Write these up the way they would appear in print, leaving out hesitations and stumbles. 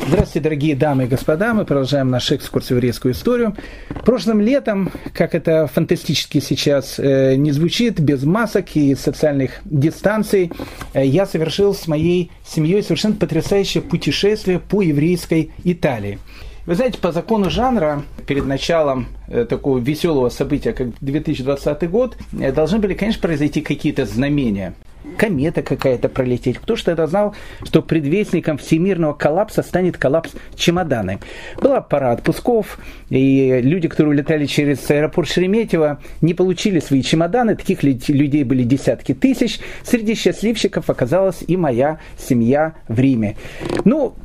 Здравствуйте, дорогие дамы и господа. Мы продолжаем наш экскурс в еврейскую историю. Прошлым летом, как это фантастически сейчас не звучит, без масок и социальных дистанций, я совершил с моей семьей совершенно потрясающее путешествие по еврейской Италии. Вы знаете, по закону жанра, перед началом такого веселого события, как 2020 год, должны были, конечно, произойти какие-то знамения. Комета какая-то пролететь. Кто ж тогда знал, что предвестником всемирного коллапса станет коллапс чемоданы? Была пара отпусков, и люди, которые улетали через аэропорт Шереметьево, не получили свои чемоданы. Таких людей были десятки тысяч. Среди счастливчиков оказалась и моя семья в Риме. Ну,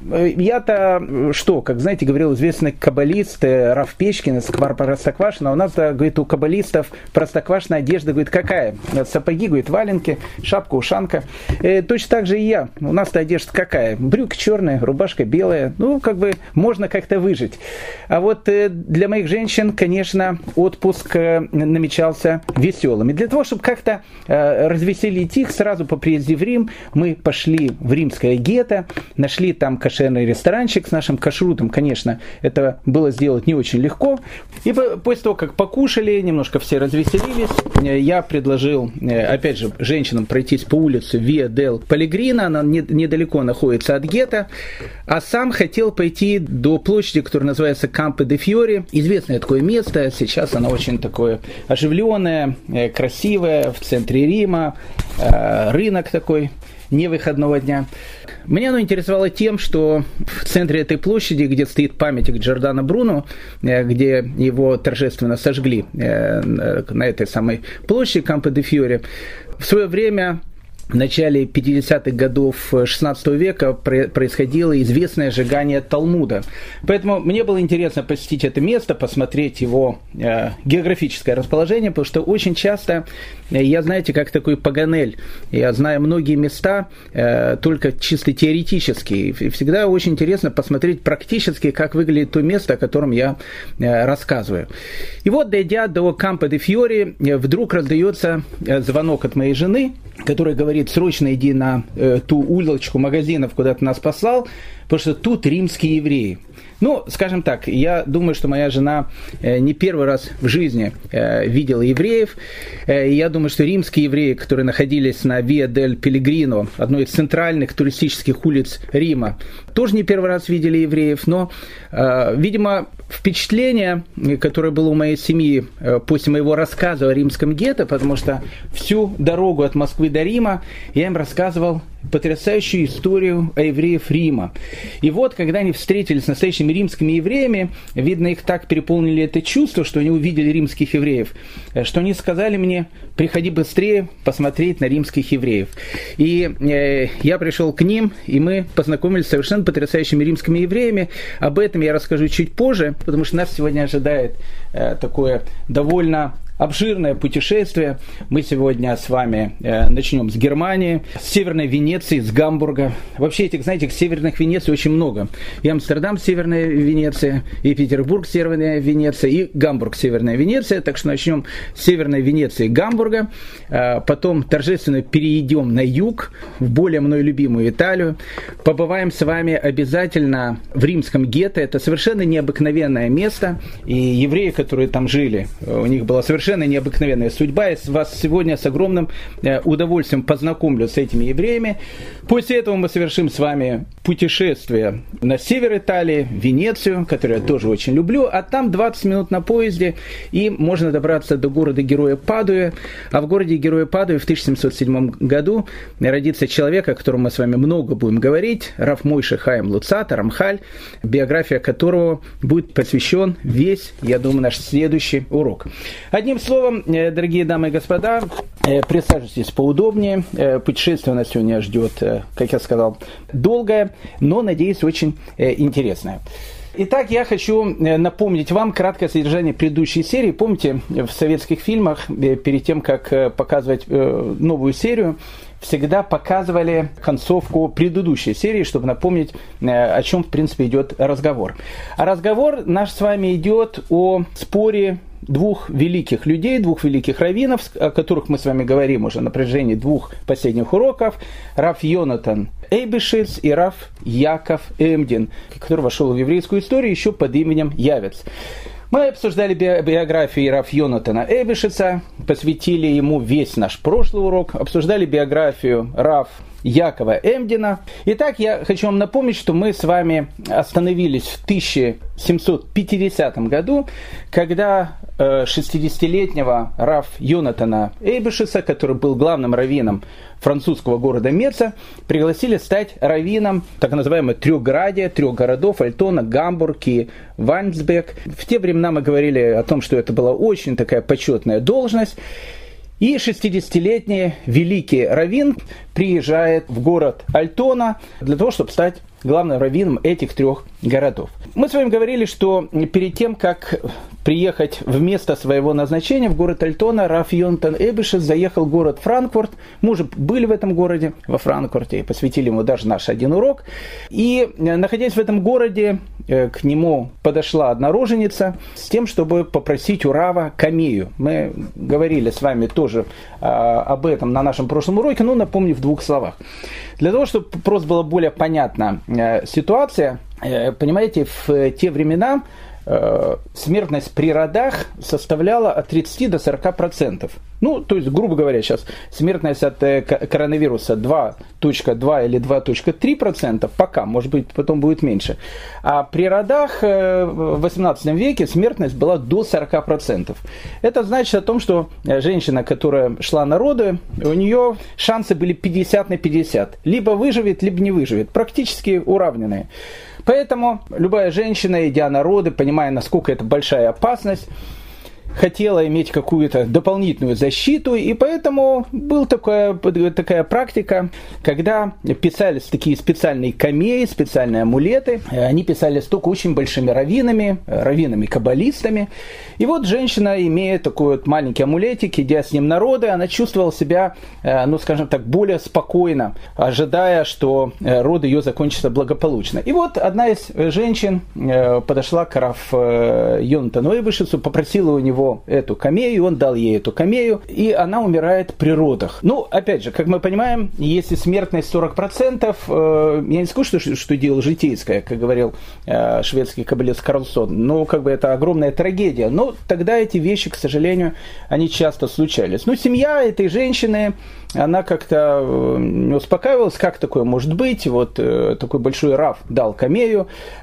я-то что, как знаете, говорил известный каббалист Раф Печкин из Простоквашино, у нас, говорит, у каббалистов Простоквашино одежда, говорит, какая? Сапоги, говорит, валенки, шапка, ушанка. Точно так же и я. У нас-то одежда какая? Брюки черные, рубашка белая. Ну, как бы можно как-то выжить. А вот для моих женщин, конечно, отпуск намечался веселым. И для того, чтобы как-то развеселить их, сразу по приезде в Рим мы пошли в римское гетто, нашли там кошерный ресторанчик с нашим кашрутом. Конечно, это было сделать не очень легко. И после того, как покушали, немножко все развеселились, я предложил, опять же, женщинам пройтись по улице Виа дель Пеллегрино, она недалеко находится от гетто, а сам хотел пойти до площади, которая называется Кампо де Фьори. Известное такое место, сейчас оно очень такое оживленное, красивое, в центре Рима, рынок такой невыходного дня. Меня оно интересовало тем, что в центре этой площади, где стоит памятник Джордано Бруно, где его торжественно сожгли на этой самой площади Кампо де Фьори, в свое время, в начале 50-х годов XVI века происходило известное сжигание Талмуда. Поэтому мне было интересно посетить это место, посмотреть его географическое расположение, потому что очень часто я, знаете, как такой Паганель, я знаю многие места только чисто теоретически. И всегда очень интересно посмотреть практически, как выглядит то место, о котором я рассказываю. И вот, дойдя до Кампо де Фьори, вдруг раздается звонок от моей жены, которая говорит: срочно иди на ту улочку магазинов, куда ты нас послал, потому что тут римские евреи. Ну, скажем так, я думаю, что моя жена не первый раз в жизни видела евреев. Я думаю, что римские евреи, которые находились на Виа дель Пеллегрино, одной из центральных туристических улиц Рима, тоже не первый раз видели евреев. Но, видимо, впечатление, которое было у моей семьи после моего рассказа о римском гетто, потому что всю дорогу от Москвы до Рима я им рассказывал потрясающую историю о евреях Рима. И вот, когда они встретились с настоящими римскими евреями, видно, их так переполнили это чувство, что они увидели римских евреев, что они сказали мне: приходи быстрее посмотреть на римских евреев. И я пришел к ним, и мы познакомились с совершенно потрясающими римскими евреями. Об этом я расскажу чуть позже, потому что нас сегодня ожидает такое довольно обширное путешествие. Мы сегодня с вами начнем с Германии, с Северной Венеции, с Гамбурга. Вообще этих, знаете, северных Венеций очень много. И Амстердам, Северная Венеция, и Петербург, Северная Венеция, и Гамбург, Северная Венеция. Так что начнем с Северной Венеции и Гамбурга. Потом торжественно перейдем на юг, в более мной любимую Италию. Побываем с вами обязательно в римском гетто. Это совершенно необыкновенное место. И евреи, которые там жили, у них была совершенно необыкновенная судьба. Я вас сегодня с огромным удовольствием познакомлю с этими евреями. После этого мы совершим с вами путешествие на север Италии, в Венецию, которую я тоже очень люблю, а там 20 минут на поезде, и можно добраться до города-героя Падуя. А в городе-героя Падуя в 1707 году родится человек, о котором мы с вами много будем говорить, Рав Мойше Хаим Луцата, Рамхаль, биография которого будет посвящен весь, я думаю, наш следующий урок. Одним словом, дорогие дамы и господа, присаживайтесь поудобнее. Путешествие нас сегодня ждет, как я сказал, долгое, но, надеюсь, очень интересное. Итак, я хочу напомнить вам краткое содержание предыдущей серии. Помните, в советских фильмах, перед тем, как показывать новую серию, всегда показывали концовку предыдущей серии, чтобы напомнить, о чем, в принципе, идет разговор. А разговор наш с вами идет о споре двух великих людей, двух великих раввинов, о которых мы с вами говорим уже на протяжении двух последних уроков, Рав Йонатан Эйбешиц и Рав Яков Эмдин, который вошел в еврейскую историю еще под именем Явец. Мы обсуждали биографию Рав Йонатана Эйбешица, посвятили ему весь наш прошлый урок, обсуждали биографию Рав Якова Эмдина. Итак, я хочу вам напомнить, что мы с вами остановились в 1750 году, когда 60-летнего Рав Йонатана Эйбешица, который был главным раввином французского города Меца, пригласили стать раввином так называемого трехградия, трех городов: Альтона, Гамбург и Вайнсбек. В те времена мы говорили о том, что это была очень такая почетная должность. И 60-летний великий раввин приезжает в город Альтона для того, чтобы стать главным раввином этих трех городов. Мы с вами говорили, что перед тем, как приехать в место своего назначения в город Альтона, Рав Йонатан Эйбешиц заехал в город Франкфурт. Мы уже были в этом городе, во Франкфурте, и посвятили ему даже наш один урок. И, находясь в этом городе, к нему подошла одна роженица с тем, чтобы попросить у Рава камею. Мы говорили с вами тоже об этом на нашем прошлом уроке, но напомню в двух словах. Для того, чтобы просто была более понятна ситуация, понимаете, в те времена смертность при родах составляла от 30 до 40%. Ну, то есть, грубо говоря, сейчас смертность от коронавируса 2.2 или 2.3%, пока, может быть, потом будет меньше. А при родах в 18 веке смертность была до 40%. Это значит о том, что женщина, которая шла на роды, у нее шансы были 50 на 50. Либо выживет, либо не выживет. Практически уравненные. Поэтому любая женщина, идя на роды, понимая, насколько это большая опасность, хотела иметь какую-то дополнительную защиту, и поэтому была такая практика, когда писались такие специальные камеи, специальные амулеты. Они писались только очень большими раввинами-каббалистами. И вот женщина, имея такой вот маленький амулетик, идя с ним на роды, она чувствовала себя, ну скажем так, более спокойно, ожидая, что роды ее закончатся благополучно. И вот одна из женщин подошла к Рав Йонатану Эйбешицу, попросила у него эту камею, он дал ей эту камею, и она умирает при родах. Ну, опять же, как мы понимаем, если смертность 40%, я не скажу, что дело житейское, как говорил шведский каббалист Карлсон, но как бы это огромная трагедия. Но тогда эти вещи, к сожалению, они часто случались. Ну, семья этой женщины, она как-то не успокаивалась, как такое может быть, вот такой большой рав дал камею,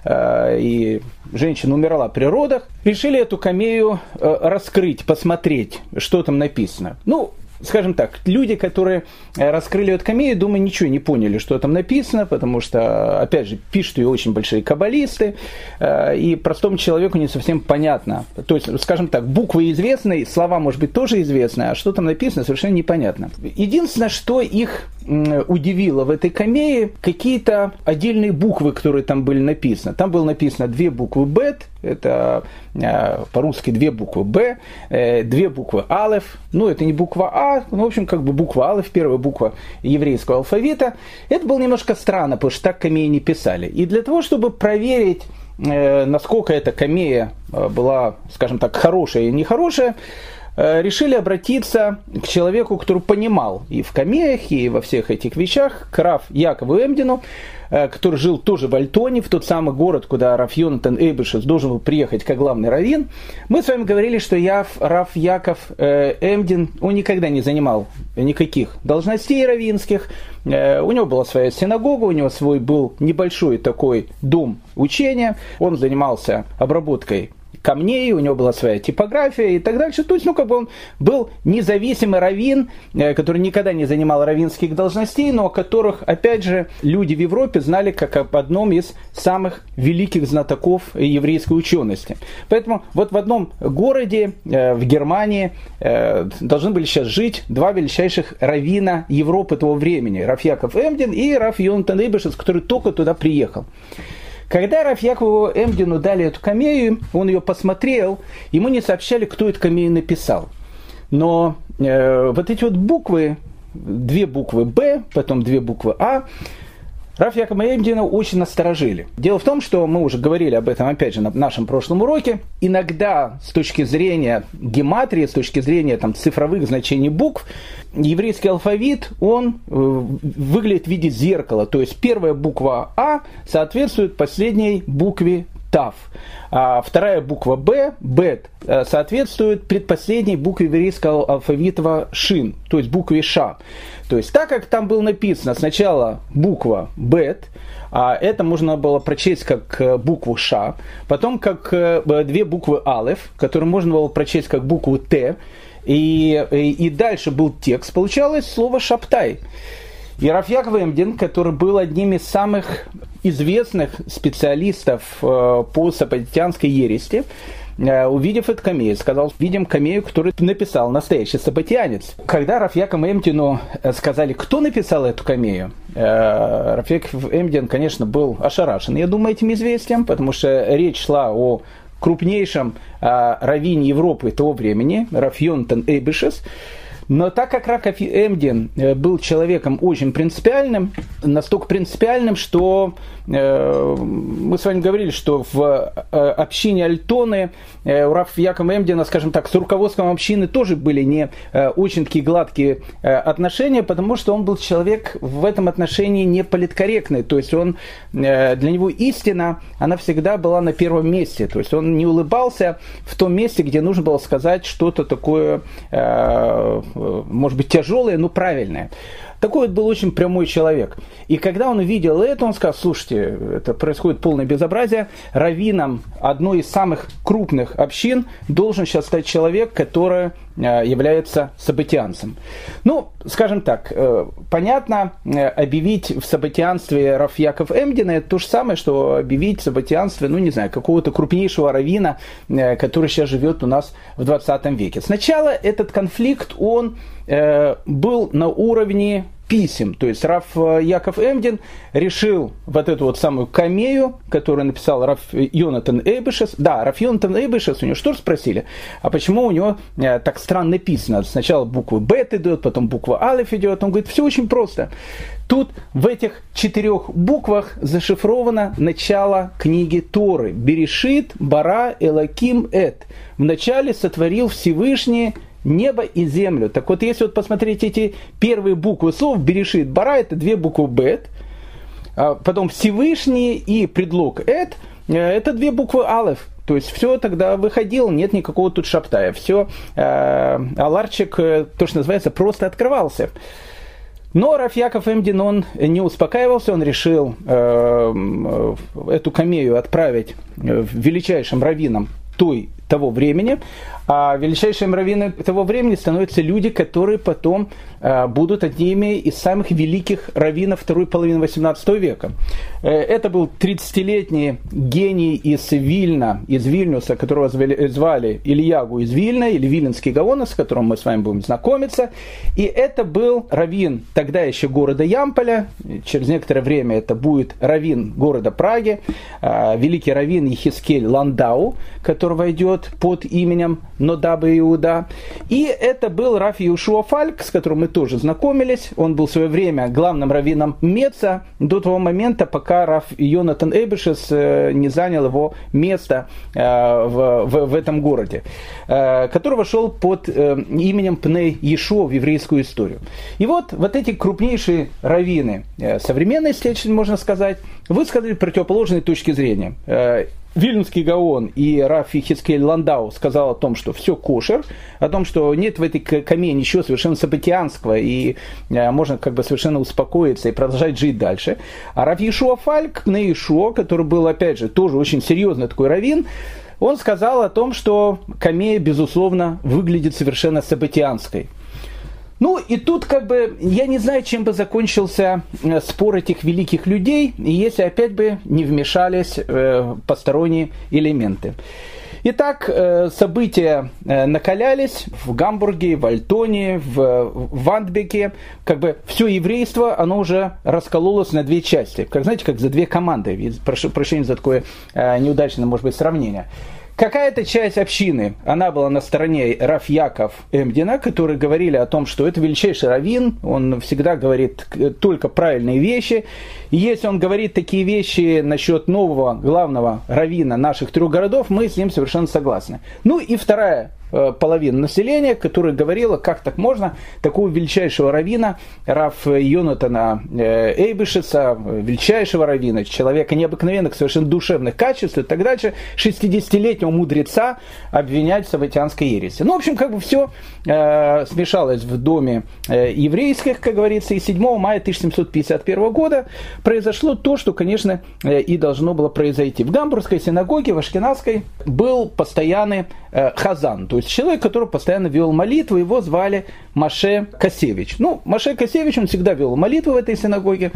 и женщина умерла при родах. Решили эту камею раскрыть, посмотреть, что там написано. Ну, скажем так, люди, которые раскрыли эту камею, думаю, ничего не поняли, что там написано, потому что, опять же, пишут ее очень большие каббалисты, и простому человеку не совсем понятно. То есть, скажем так, буквы известны, слова, может быть, тоже известны, а что там написано, совершенно непонятно. Единственное, что их удивило в этой камее, какие-то отдельные буквы, которые там были написаны. Там было написано 2 буквы «бет», это по-русски 2 буквы «б», 2 буквы «алеф», ну, это не буква «а», ну, в общем, как бы буква «алеф», первая буква еврейского алфавита. Это было немножко странно, потому что так камеи не писали. И для того, чтобы проверить, насколько эта камея была, скажем так, хорошая и нехорошая, решили обратиться к человеку, который понимал и в камеях, и во всех этих вещах, к Рав Якову Эмдину, который жил тоже в Альтоне, в тот самый город, куда Рав Йонатан Эйбешиц должен был приехать как главный раввин. Мы с вами говорили, что Рав Яков Эмдин, он никогда не занимал никаких должностей раввинских. У него была своя синагога, у него свой был небольшой такой дом учения. Он занимался обработкой камней, у него была своя типография и так дальше. То есть, ну, как бы он был независимый раввин, который никогда не занимал раввинских должностей, но о которых, опять же, люди в Европе знали как об одном из самых великих знатоков еврейской учености. Поэтому вот в одном городе в Германии должны были сейчас жить 2 величайших раввина Европы того времени. Рав Яков Эмдин и Рав Йонатан Эйбешиц, который только туда приехал. Когда Рав Якову Эмдину дали эту камею, он ее посмотрел, ему не сообщали, кто эту камею написал. Но вот эти вот буквы, 2 буквы «Б», потом 2 буквы «А», Рав Якова Эмдена очень насторожили. Дело в том, что мы уже говорили об этом, опять же, на нашем прошлом уроке. Иногда с точки зрения гематрии, с точки зрения цифровых значений букв, еврейский алфавит, он выглядит в виде зеркала. То есть первая буква А соответствует последней букве Тав. А вторая буква Б, Бет, соответствует предпоследней букве еврейского алфавита Шин, то есть букве Ша. То есть так как там было написано сначала буква Бет, а это можно было прочесть как букву Ша, потом как две буквы Алеф, которые можно было прочесть как букву Т, и дальше был текст, получалось слово Шабтай. И Рав Яков Эмден, который был одним из самых известных специалистов по саббатианской ереси, увидев эту камею, сказал: видим камею, которую написал настоящий саббатианец. Когда Рав Якову Эмдену сказали, кто написал эту камею, Рав Яков Эмден, конечно, был ошарашен, я думаю, этим известием, потому что речь шла о крупнейшем раввине Европы того времени, Рав Йонатан Эйбешес. Но так как Рав Эмден был человеком очень принципиальным, настолько принципиальным, что мы с вами говорили, что в общине Альтоны у Рав Якова Эмдена, скажем так, с руководством общины тоже были не очень такие гладкие отношения, потому что он был человек в этом отношении не политкорректный. То есть для него истина, она всегда была на первом месте. То есть он не улыбался в том месте, где нужно было сказать что-то такое, может быть, тяжелое, но правильное. Такой вот был очень прямой человек. И когда он увидел это, он сказал: слушайте, это происходит полное безобразие. Раввином одной из самых крупных общин должен сейчас стать человек, который является саббатианцем. Ну, скажем так, понятно, объявить в саббатианстве Рав Яков Эмдена — это то же самое, что объявить в саббатианстве, ну, не знаю, какого-то крупнейшего раввина, который сейчас живет у нас в 20 веке. Сначала этот конфликт, он был на уровне писем. То есть Рав Яков Эмден решил вот эту вот самую камею, которую написал Рав Йонатан Эйбешес. Да, Рав Йонатан Эйбешес, у него что спросили? А почему у него так странно написано? Сначала буква Бет идет, потом буква Алеф идет. Он говорит: все очень просто. Тут в этих 4 буквах зашифровано начало книги Торы. Берешит, Бара, Элоким, Эт. Вначале сотворил Всевышний небо и землю. Так вот, если вот посмотреть эти первые буквы слов, Берешит, Бара, это 2 буквы Бет, потом Всевышний и предлог Эт, это 2 буквы Алеф. То есть все тогда выходило, нет никакого тут шаптая. Все, аларчик, то, что называется, просто открывался. Но Рав Яков Эмден, он не успокаивался, он решил эту камею отправить величайшим раввинам того времени. А величайшими раввинами того времени становятся люди, которые потом будут одними из самых великих раввинов второй половины 18 века. Это был 30-летний гений из Вильна, из Вильнюса, которого звали Ильягу из Вильна, или Виленский Гаон, с которым мы с вами будем знакомиться. И это был раввин тогда еще города Ямполя, через некоторое время это будет раввин города Праги, великий раввин Ехискель Ландау, который войдет под именем Нодаба Иуда. И это был Рав Йошуа Фальк, с которым мы тоже знакомились. Он был в свое время главным раввином Меца до того момента, пока Рав Йонатан Эйбешес не занял его место в этом городе, который вошел под именем Пней Ешуа в еврейскую историю. И вот эти крупнейшие раввины современности, если можно сказать, высказали противоположные точки зрения. Вильнюсский Гаон и Рав Ехискель Ландау сказал о том, что все кошер, о том, что нет в этой камее ничего совершенно саббатианского, и можно как бы совершенно успокоиться и продолжать жить дальше. А Рав Йошуа Фальк, Пней Ешуа, который был, опять же, тоже очень серьезный такой раввин, он сказал о том, что камея, безусловно, выглядит совершенно саббатианской. Ну и тут как бы я не знаю, чем бы закончился спор этих великих людей, если опять бы не вмешались посторонние элементы. Итак, события накалялись в Гамбурге, в Альтоне, в Вандбеке. Как бы все еврейство, оно уже раскололось на 2 части. Как, знаете, как за 2 команды. Прошу прощения за такое неудачное, может быть, сравнение. Какая-то часть общины, она была на стороне Рав Яков Эмдена, которые говорили о том, что это величайший раввин, он всегда говорит только правильные вещи. И если он говорит такие вещи насчет нового главного раввина наших 3 городов, мы с ним совершенно согласны. Ну и вторая половина населения, которая говорила, как так можно такого величайшего раввина, Рав Йонатана Эйбешеца, величайшего раввина, человека необыкновенных, совершенно душевных качеств и так дальше, 60-летнего мудреца обвинять в событианской ереси. Ну, в общем, как бы все смешалось в доме еврейских, как говорится, и 7 мая 1751 года произошло то, что, конечно, и должно было произойти. В Гамбургской синагоге, в Ашкеназской, был постоянный хазан, то есть человек, который постоянно вел молитву, его звали Моше Касевич. Ну, Моше Касевич, он всегда вел молитву в этой синагоге.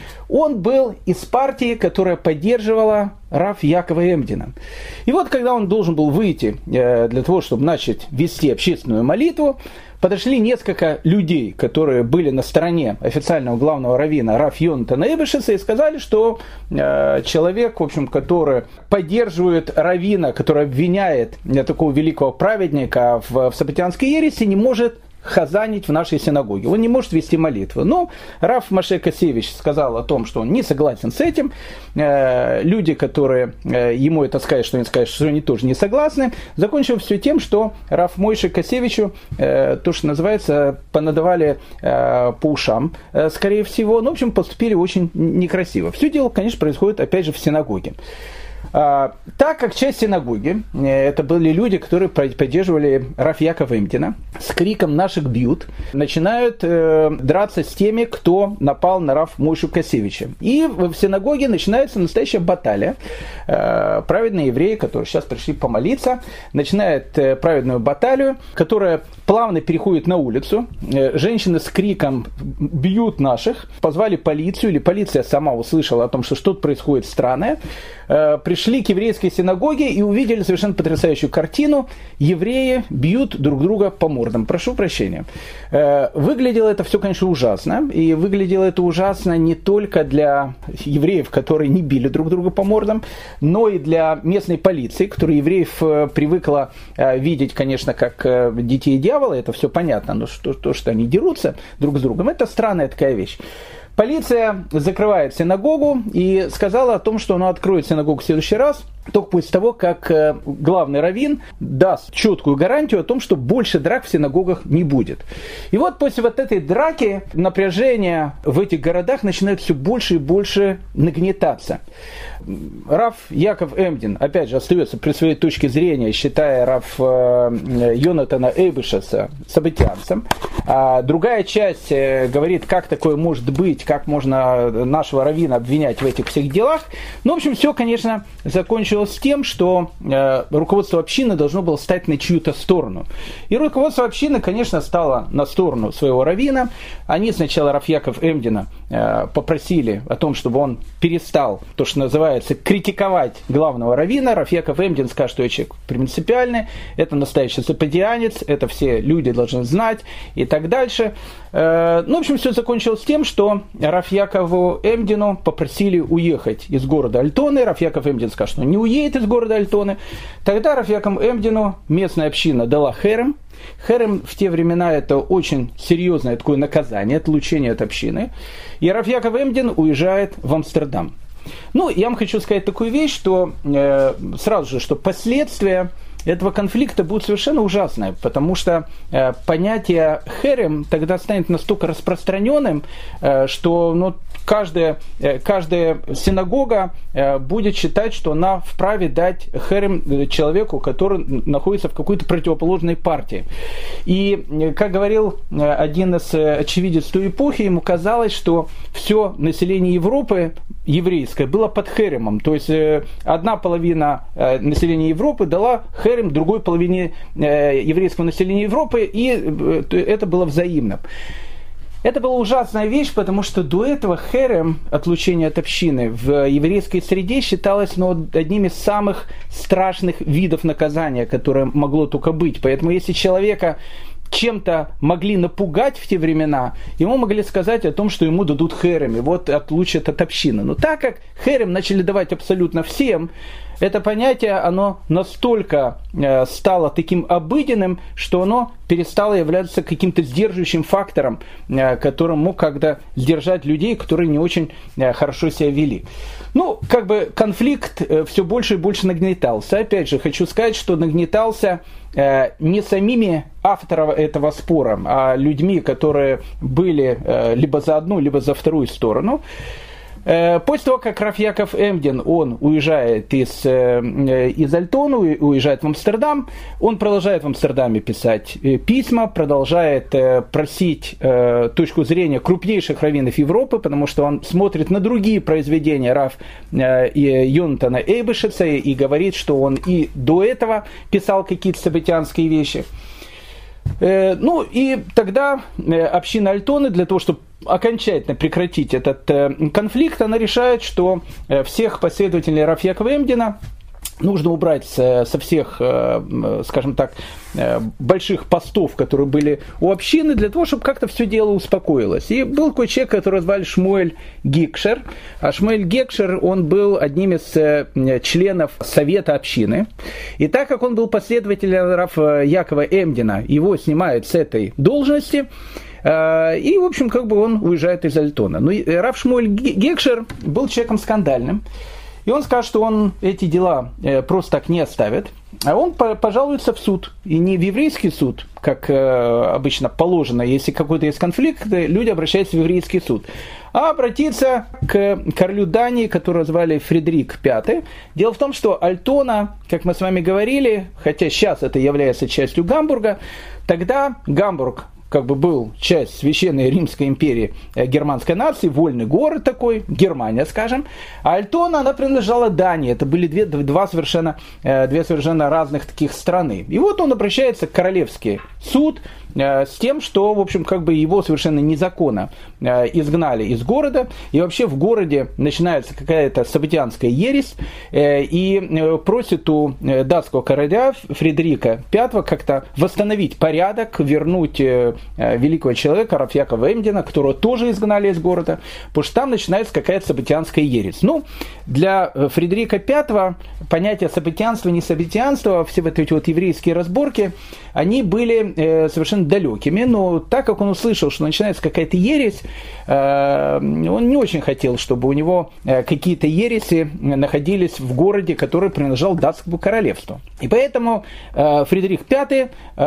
Он был из партии, которая поддерживала Рав Якова Эмдена. И вот, когда он должен был выйти для того, чтобы начать вести общественную молитву, подошли несколько людей, которые были на стороне официального главного раввина Рав Йонатана Эйбешеца, и сказали, что человек, в общем, который поддерживает раввина, который обвиняет такого великого праведника в событианской ереси, не может хазанить в нашей синагоге. Он не может вести молитву. Но Рав Моше Касевич сказал о том, что он не согласен с этим. Люди, которые ему это скажут, что они тоже не согласны. Закончил все тем, что Рав Моше Касевичу, то, что называется, понадавали по ушам, скорее всего. Ну, в общем, поступили очень некрасиво. Все дело, конечно, происходит, опять же, в синагоге. Так как часть синагоги, это были люди, которые поддерживали Рав Якова Эмдена, с криком «наших бьют», начинают драться с теми, кто напал на Рав Мошу Касевича. И в синагоге начинается настоящая баталия. Праведные евреи, которые сейчас пришли помолиться, начинают праведную баталию, которая плавно переходит на улицу. Женщины с криком «бьют наших», позвали полицию, или полиция сама услышала о том, что что-то происходит странное. Пришли к еврейской синагоге и увидели совершенно потрясающую картину. Евреи бьют друг друга по мордам. Прошу прощения. Выглядело это все, конечно, ужасно. И выглядело это ужасно не только для евреев, которые не били друг друга по мордам, но и для местной полиции, которая евреев привыкла видеть, конечно, как детей дьявола. Это все понятно. Но что они дерутся друг с другом, это странная такая вещь. Полиция закрывает синагогу и сказала о том, что она откроет синагогу в следующий раз, только после того, как главный раввин даст четкую гарантию о том, что больше драк в синагогах не будет. И вот после вот этой драки напряжение в этих городах начинает все больше и больше нагнетаться. Рав Яков Эмден, опять же, остается при своей точке зрения, считая Рав Йонатана Эйбешеца событианцем. А другая часть говорит, как такое может быть, как можно нашего раввина обвинять в этих всех делах. Ну, в общем, все, конечно, закончилось тем, что руководство общины должно было стать на чью-то сторону. И руководство общины, конечно, стало на сторону своего раввина. Они сначала Рав Яков Эмдена попросили о том, чтобы он перестал, то, что называется, критиковать главного раввина. Рав Яков Эмден скажет, что я человек принципиальный, это настоящий западианец, это все люди должны знать и так дальше. Ну, в общем, все закончилось тем, что Рав Якову Эмдену попросили уехать из города Альтоны. Рав Яков Эмден скажет, что он не уедет из города Альтоны. Тогда Рав Якову Эмдену местная община дала херем. Херем в те времена это очень серьезное такое наказание, отлучение от общины. И Рав Яков Эмден уезжает в Амстердам. Ну, я вам хочу сказать такую вещь, что сразу же, что последствия этого конфликта будут совершенно ужасные, потому что понятие херем тогда станет настолько распространенным, что каждая синагога будет считать, что она вправе дать херем человеку, который находится в какой-то противоположной партии. И, как говорил один из очевидцев той эпохи, ему казалось, что все население Европы еврейское было под херемом. То есть одна половина населения Европы дала херем другой половине еврейского населения Европы, и это было взаимно. Это была ужасная вещь, потому что до этого херем, отлучение от общины, в еврейской среде считалось одним из самых страшных видов наказания, которое могло только быть. Поэтому если человека чем-то могли напугать в те времена, ему могли сказать о том, что ему дадут херем, и вот отлучат от общины. Но так как херем начали давать абсолютно всем, это понятие, оно настолько стало таким обыденным, что оно перестало являться каким-то сдерживающим фактором, которым мог когда сдержать людей, которые не очень хорошо себя вели. Ну, как бы конфликт все больше и больше нагнетался. Опять же, хочу сказать, что нагнетался не самими авторами этого спора, а людьми, которые были либо за одну, либо за вторую сторону. После того, как Рав Яков Эмден, он уезжает из Альтона, уезжает в Амстердам, он продолжает в Амстердаме писать письма, продолжает просить точку зрения крупнейших раввинов Европы, потому что он смотрит на другие произведения Рав Йонатана Эйбешеца и говорит, что он и до этого писал какие-то событианские вещи. Ну и тогда община Альтоны для того, чтобы окончательно прекратить этот конфликт, она решает, что всех последователей Рав Якова Эмдена нужно убрать со всех, скажем так, больших постов, которые были у общины, для того, чтобы как-то все дело успокоилось. И был такой человек, которого звали Шмуэль Гикшер. А Шмуэль Гикшер, он был одним из членов Совета общины. И так как он был последователем Рав Якова Эмдена, его снимают с этой должности, и, в общем, как бы он уезжает из Альтона. Но Рав Шмуэль Гикшер был человеком скандальным. И он скажет, что он эти дела просто так не оставит, а он пожалуется в суд. И не в еврейский суд, как обычно положено, если какой-то есть конфликт, люди обращаются в еврейский суд, а обратиться к королю Дании, которого звали Фридрих V. Дело в том, что Альтона, как мы с вами говорили, хотя сейчас это является частью Гамбурга, тогда Гамбург как бы был часть Священной Римской империи германской нации, вольный город такой, Германия, скажем. А Альтона, она принадлежала Дании. Это были две совершенно разных таких страны. И вот он обращается в Королевский суд с тем, что, в общем, как бы его совершенно незаконно изгнали из города, и вообще в городе начинается какая-то событианская ересь, и просит у датского короля Фридриха V как-то восстановить порядок, вернуть великого человека Рав Якова Эмдена, которого тоже изгнали из города, потому что там начинается какая-то событианская ересь. Ну, для Фридриха V понятие событианства, не событианства, все вот эти вот еврейские разборки, они были совершенно далекими, но так как он услышал, что начинается какая-то ересь, он не очень хотел, чтобы у него какие-то ереси находились в городе, который принадлежал датскому королевству. И поэтому Фридрих V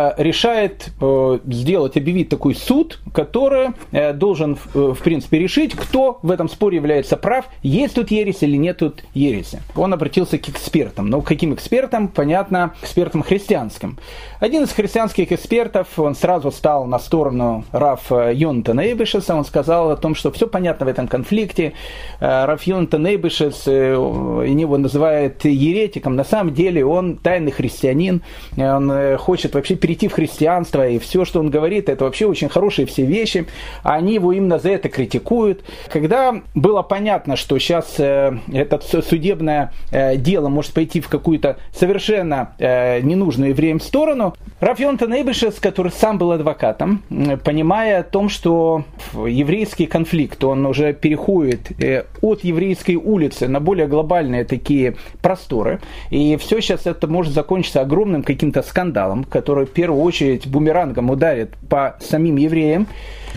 решает объявить такой суд, который должен, в принципе, решить, кто в этом споре является прав, есть тут ересь или нет тут ереси. Он обратился к экспертам. Но к каким экспертам? Понятно, экспертам христианским. Один из христианских экспертов, он сразу стал на сторону Рав Йонатана Эйбешеца, он сказал о том, что все понятно в этом конфликте. Рав Йонатан Эйбешец, его называют еретиком, на самом деле он тайный христианин, он хочет вообще перейти в христианство, и все, что он говорит, это вообще очень хорошие все вещи, а они его именно за это критикуют. Когда было понятно, что сейчас это судебное дело может пойти в какую-то совершенно ненужную евреям сторону, Рав Йонатан Эйбешец, который сам был адвокатом, понимая о том, что еврейский конфликт, он уже переходит от еврейской улицы на более глобальные такие просторы, и все сейчас это может закончиться огромным каким-то скандалом, который в первую очередь бумерангом ударит по самим евреям,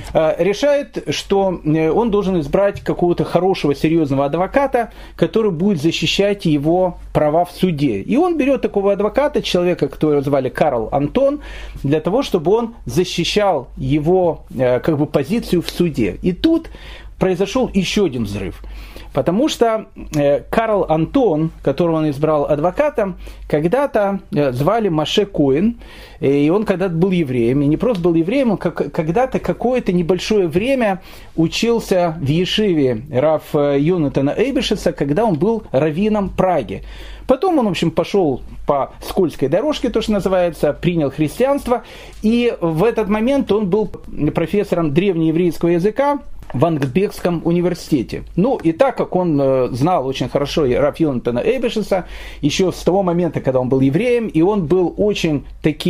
решает, что он должен избрать какого-то хорошего, серьезного адвоката, который будет защищать его права в суде. И он берет такого адвоката, человека, которого звали Карл Антон, для того, чтобы он защищал его как бы позицию в суде. И тут произошел еще один взрыв. Потому что Карл Антон, которого он избрал адвокатом, когда-то звали Моше Коэн, и он когда-то был евреем, и не просто был евреем, он когда-то какое-то небольшое время учился в ешиве Рав Йонатана Эйбешеца, когда он был раввином Праги. Потом он, в общем, пошел по скользкой дорожке, то, что называется, принял христианство, и в этот момент он был профессором древнееврейского языка в Ангсбергском университете. Ну, и так как он знал очень хорошо Рав Йонатана Эйбешеца, еще с того момента, когда он был евреем, и он был очень таким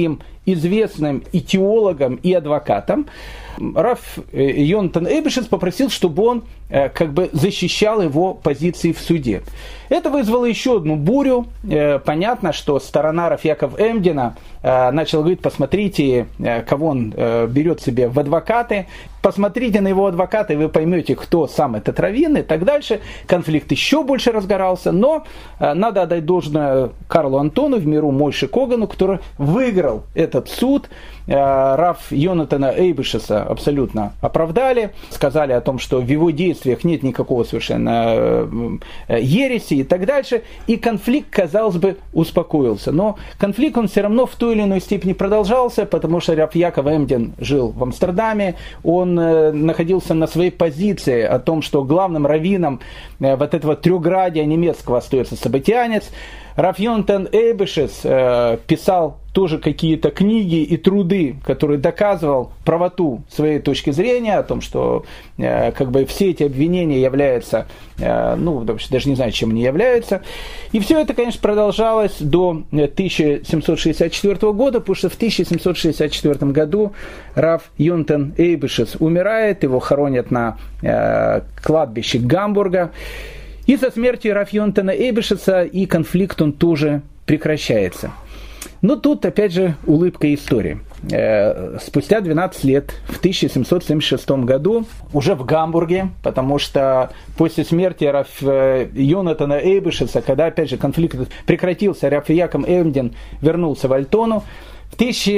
известным и теологом, и адвокатом, рав Йонатан Эйбешец попросил, чтобы он как бы защищал его позиции в суде. Это вызвало еще одну бурю. Понятно, что сторона рав Якова Эмдена начала говорить: посмотрите, кого он берет себе в адвокаты, посмотрите на его адвоката, и вы поймете, кто сам этот раввин, и так дальше. Конфликт еще больше разгорался, но надо отдать должное Карлу Антону, в миру Мойше Когану, который выиграл этот суд. Рав Йонатана Эйбешеца абсолютно оправдали, сказали о том, что в его действиях нет никакого совершенно ереси и так дальше, и конфликт, казалось бы, успокоился. Но конфликт, он все равно в той или иной степени продолжался, потому что рав Яков Эмден жил в Амстердаме, он находился на своей позиции о том, что главным раввином вот этого трехградия немецкого остается событианец. Рав Йонатан Эйбешец писал тоже какие-то книги и труды, которые доказывал правоту своей точки зрения, о том, что как бы все эти обвинения являются, даже не знаю, чем они являются. И все это, конечно, продолжалось до 1764 года, потому что в 1764 году рав Йонатан Эйбешец умирает, его хоронят на кладбище Гамбурга. И со смертью рав Йонатана Эйбешеца и конфликт он тоже прекращается. Но тут, опять же, улыбка истории. Спустя 12 лет, в 1776 году, уже в Гамбурге, потому что после смерти рав Йонатана Эйбешеца, когда, опять же, конфликт прекратился, рав Яков Эмден вернулся в Альтону, в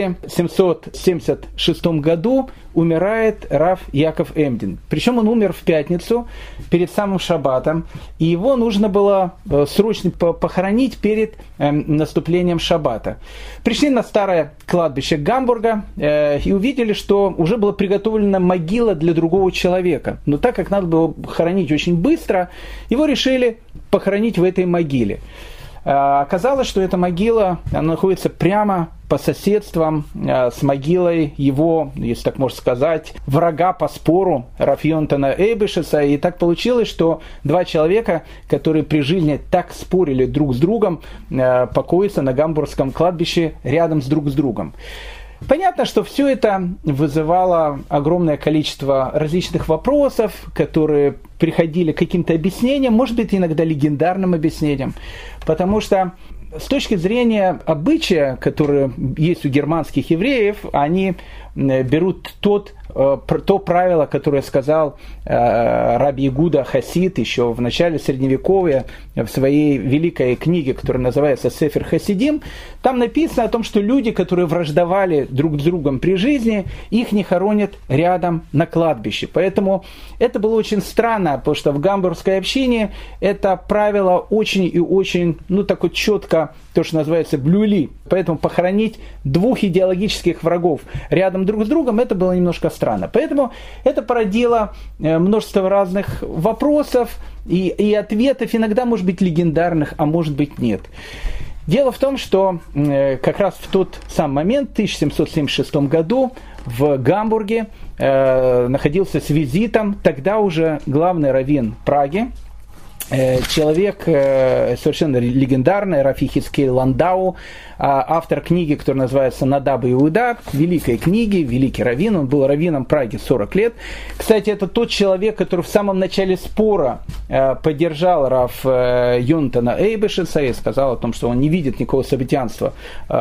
1776 году умирает рав Яков Эмден. Причем он умер в пятницу, перед самым шаббатом, и его нужно было срочно похоронить перед наступлением шаббата. Пришли на старое кладбище Гамбурга и увидели, что уже была приготовлена могила для другого человека. Но так как надо было хоронить очень быстро, его решили похоронить в этой могиле. Оказалось, что эта могила, она находится прямо по соседствам с могилой его, если так можно сказать, врага по спору рав Йонатана Эйбешеца. И так получилось, что два человека, которые при жизни так спорили друг с другом, покоятся на гамбургском кладбище рядом с другом. Понятно, что все это вызывало огромное количество различных вопросов, которые приходили к каким-то объяснениям, может быть, иногда легендарным объяснениям, потому что с точки зрения обычая, который есть у германских евреев, они берут то правило, которое сказал раби Игуда Хасид еще в начале Средневековья в своей великой книге, которая называется «Сефер Хасидим». Там написано о том, что люди, которые враждовали друг с другом при жизни, их не хоронят рядом на кладбище. Поэтому это было очень странно, потому что в гамбургской общине это правило очень и очень, такое четко, то, что называется, блюли. Поэтому похоронить двух идеологических врагов рядом друг с другом, это было немножко странно. Поэтому это породило множество разных вопросов и ответов, иногда, может быть, легендарных, а может быть, нет. Дело в том, что как раз в тот самый момент, в 1776 году, в Гамбурге находился с визитом тогда уже главный раввин Праги, человек совершенно легендарный, рав Йехескель Ландау, автор книги, которая называется «Надаб и Иуда», великой книги, великий раввин, он был раввином Праги 40 лет. Кстати, это тот человек, который в самом начале спора поддержал рав Йонатана Эйбешеца и сказал о том, что он не видит никакого событиянства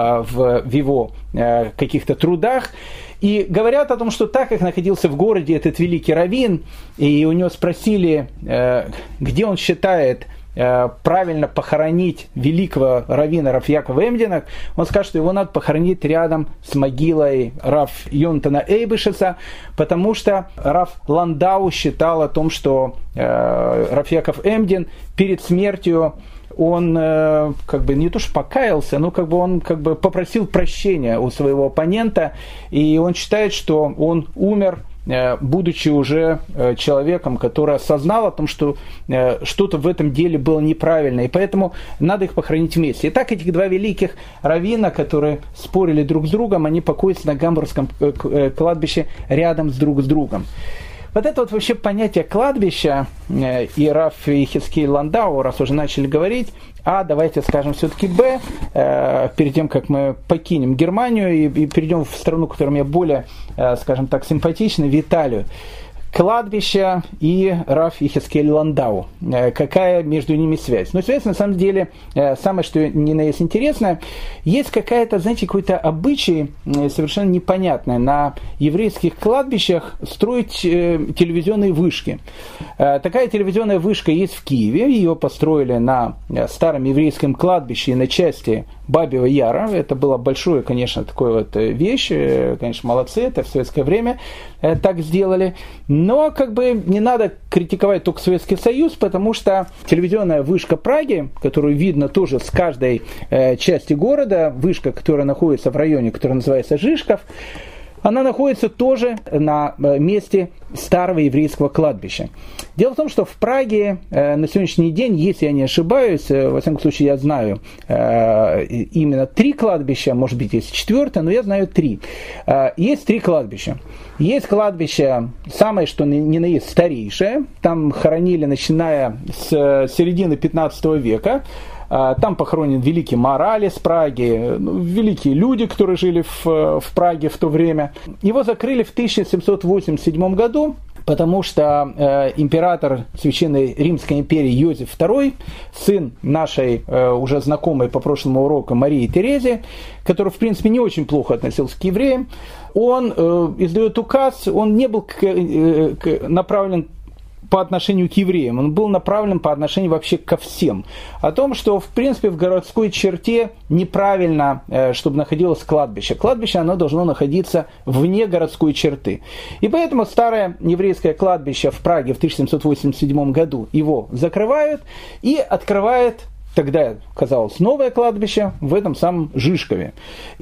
в его каких-то трудах. И говорят о том, что так как находился в городе этот великий раввин, и у него спросили, где он считает правильно похоронить великого раввина рав Якова Эмдена, он скажет, что его надо похоронить рядом с могилой рав Йонатана Эйбешеца, потому что рав Ландау считал о том, что рав Яков Эмден перед смертью он не то что покаялся, но он попросил прощения у своего оппонента, и он считает, что он умер, будучи уже человеком, который осознал о том, что что-то в этом деле было неправильно, и поэтому надо их похоронить вместе. И так этих два великих раввина, которые спорили друг с другом, они покоятся на гамбургском кладбище рядом с другом. Вот это вот вообще понятие кладбища, и Раф Йехескель Ландау, раз уже начали говорить, давайте скажем все-таки Б, перед тем, как мы покинем Германию и перейдем в страну, которая мне более, скажем так, симпатична, в Италию. Кладбище и Раф Йехескель Ландау. Какая между ними связь? Но связь, на самом деле, самое, что ни на есть интересное, есть какая-то, знаете, какой-то обычай совершенно непонятный на еврейских кладбищах строить телевизионные вышки. Такая телевизионная вышка есть в Киеве, ее построили на старом еврейском кладбище и на части Бабьего Яра. Это была большая, конечно, такая вот вещь, конечно, молодцы, это в советское время так сделали. Но как бы не надо критиковать только Советский Союз, потому что телевизионная вышка Праги, которую видно тоже с каждой части города, вышка, которая находится в районе, который называется Жишков, она находится тоже на месте старого еврейского кладбища. Дело в том, что в Праге на сегодняшний день, если я не ошибаюсь, во всяком случае я знаю именно 3 кладбища, может быть есть 4, но я знаю 3. Есть 3 кладбища. Есть кладбище, самое что ни на есть старейшее, там хоронили начиная с середины 15 века. Там похоронен великий Моралес Праги, великие люди, которые жили в Праге в то время. Его закрыли в 1787 году, потому что император Священной Римской империи Йозеф II, сын нашей уже знакомой по прошлому уроку Марии Терезии, который, в принципе, не очень плохо относился к евреям, он издает указ, он не был направлен по отношению к евреям, он был направлен по отношению вообще ко всем. О том, что в принципе в городской черте неправильно, чтобы находилось кладбище. Кладбище, оно должно находиться вне городской черты. И поэтому старое еврейское кладбище в Праге в 1787 году его закрывают и открывает тогда казалось новое кладбище в этом самом Жишкове.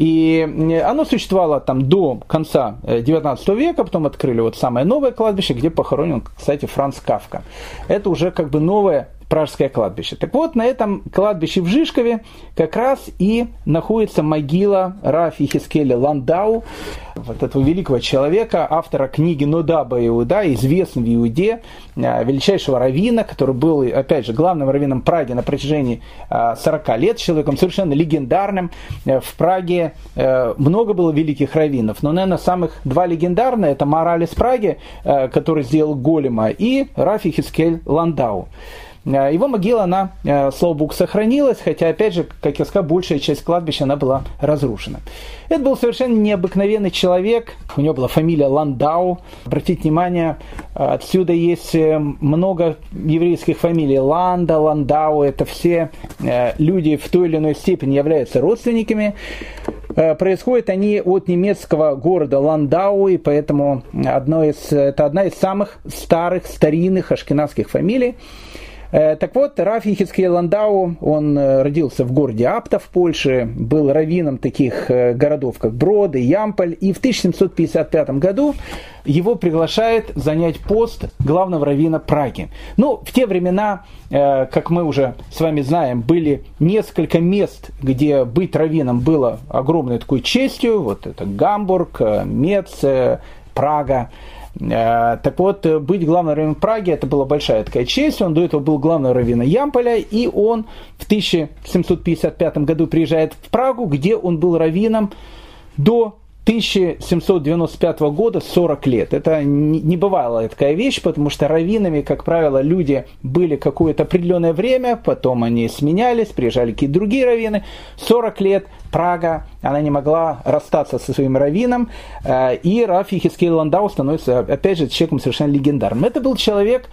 И оно существовало там до конца 19 века, потом открыли вот самое новое кладбище, где похоронен, кстати, Франц Кафка. Это уже как бы новое пражское кладбище. Так вот, на этом кладбище в Жишкове как раз и находится могила Рафа Йехескеля Ландау, вот этого великого человека, автора книги Нодаба Иуда, известного в Иуде, величайшего раввина, который был, опять же, главным раввином Праги на протяжении 40 лет, человеком совершенно легендарным. В Праге много было великих раввинов, но, наверное, самых 2 легендарных, это Моралес Праги, который сделал Голема, и Раф Йехескель Ландау. Его могила, она, слава богу, сохранилась, хотя, опять же, как я сказал, большая часть кладбища, она была разрушена. Это был совершенно необыкновенный человек, у него была фамилия Ландау. Обратите внимание, отсюда есть много еврейских фамилий. Ланда, Ландау, это все люди в той или иной степени являются родственниками. Происходят они от немецкого города Ландау, и поэтому это одна из самых старых, старинных ашкеназских фамилий. Так вот, Раф Йехескель Ландау, он родился в городе Апта в Польше, был раввином таких городов, как Брод и Ямполь, и в 1755 году его приглашает занять пост главного раввина Праги. Ну, в те времена, как мы уже с вами знаем, были несколько мест, где быть раввином было огромной такой честью, вот это Гамбург, Мец, Прага. Так вот, быть главным раввином Праги, это была большая такая честь. Он до этого был главным раввином Ямполя, и он в 1755 году приезжает в Прагу, где он был раввином до 1795 года 40 лет. Это небывалая такая вещь, потому что раввинами, как правило, люди были какое-то определенное время, потом они сменялись, приезжали какие-то другие раввины. 40 лет Прага, она не могла расстаться со своим раввином, и Раф Йехескель Ландау становится, опять же, человеком совершенно легендарным. Это был человек,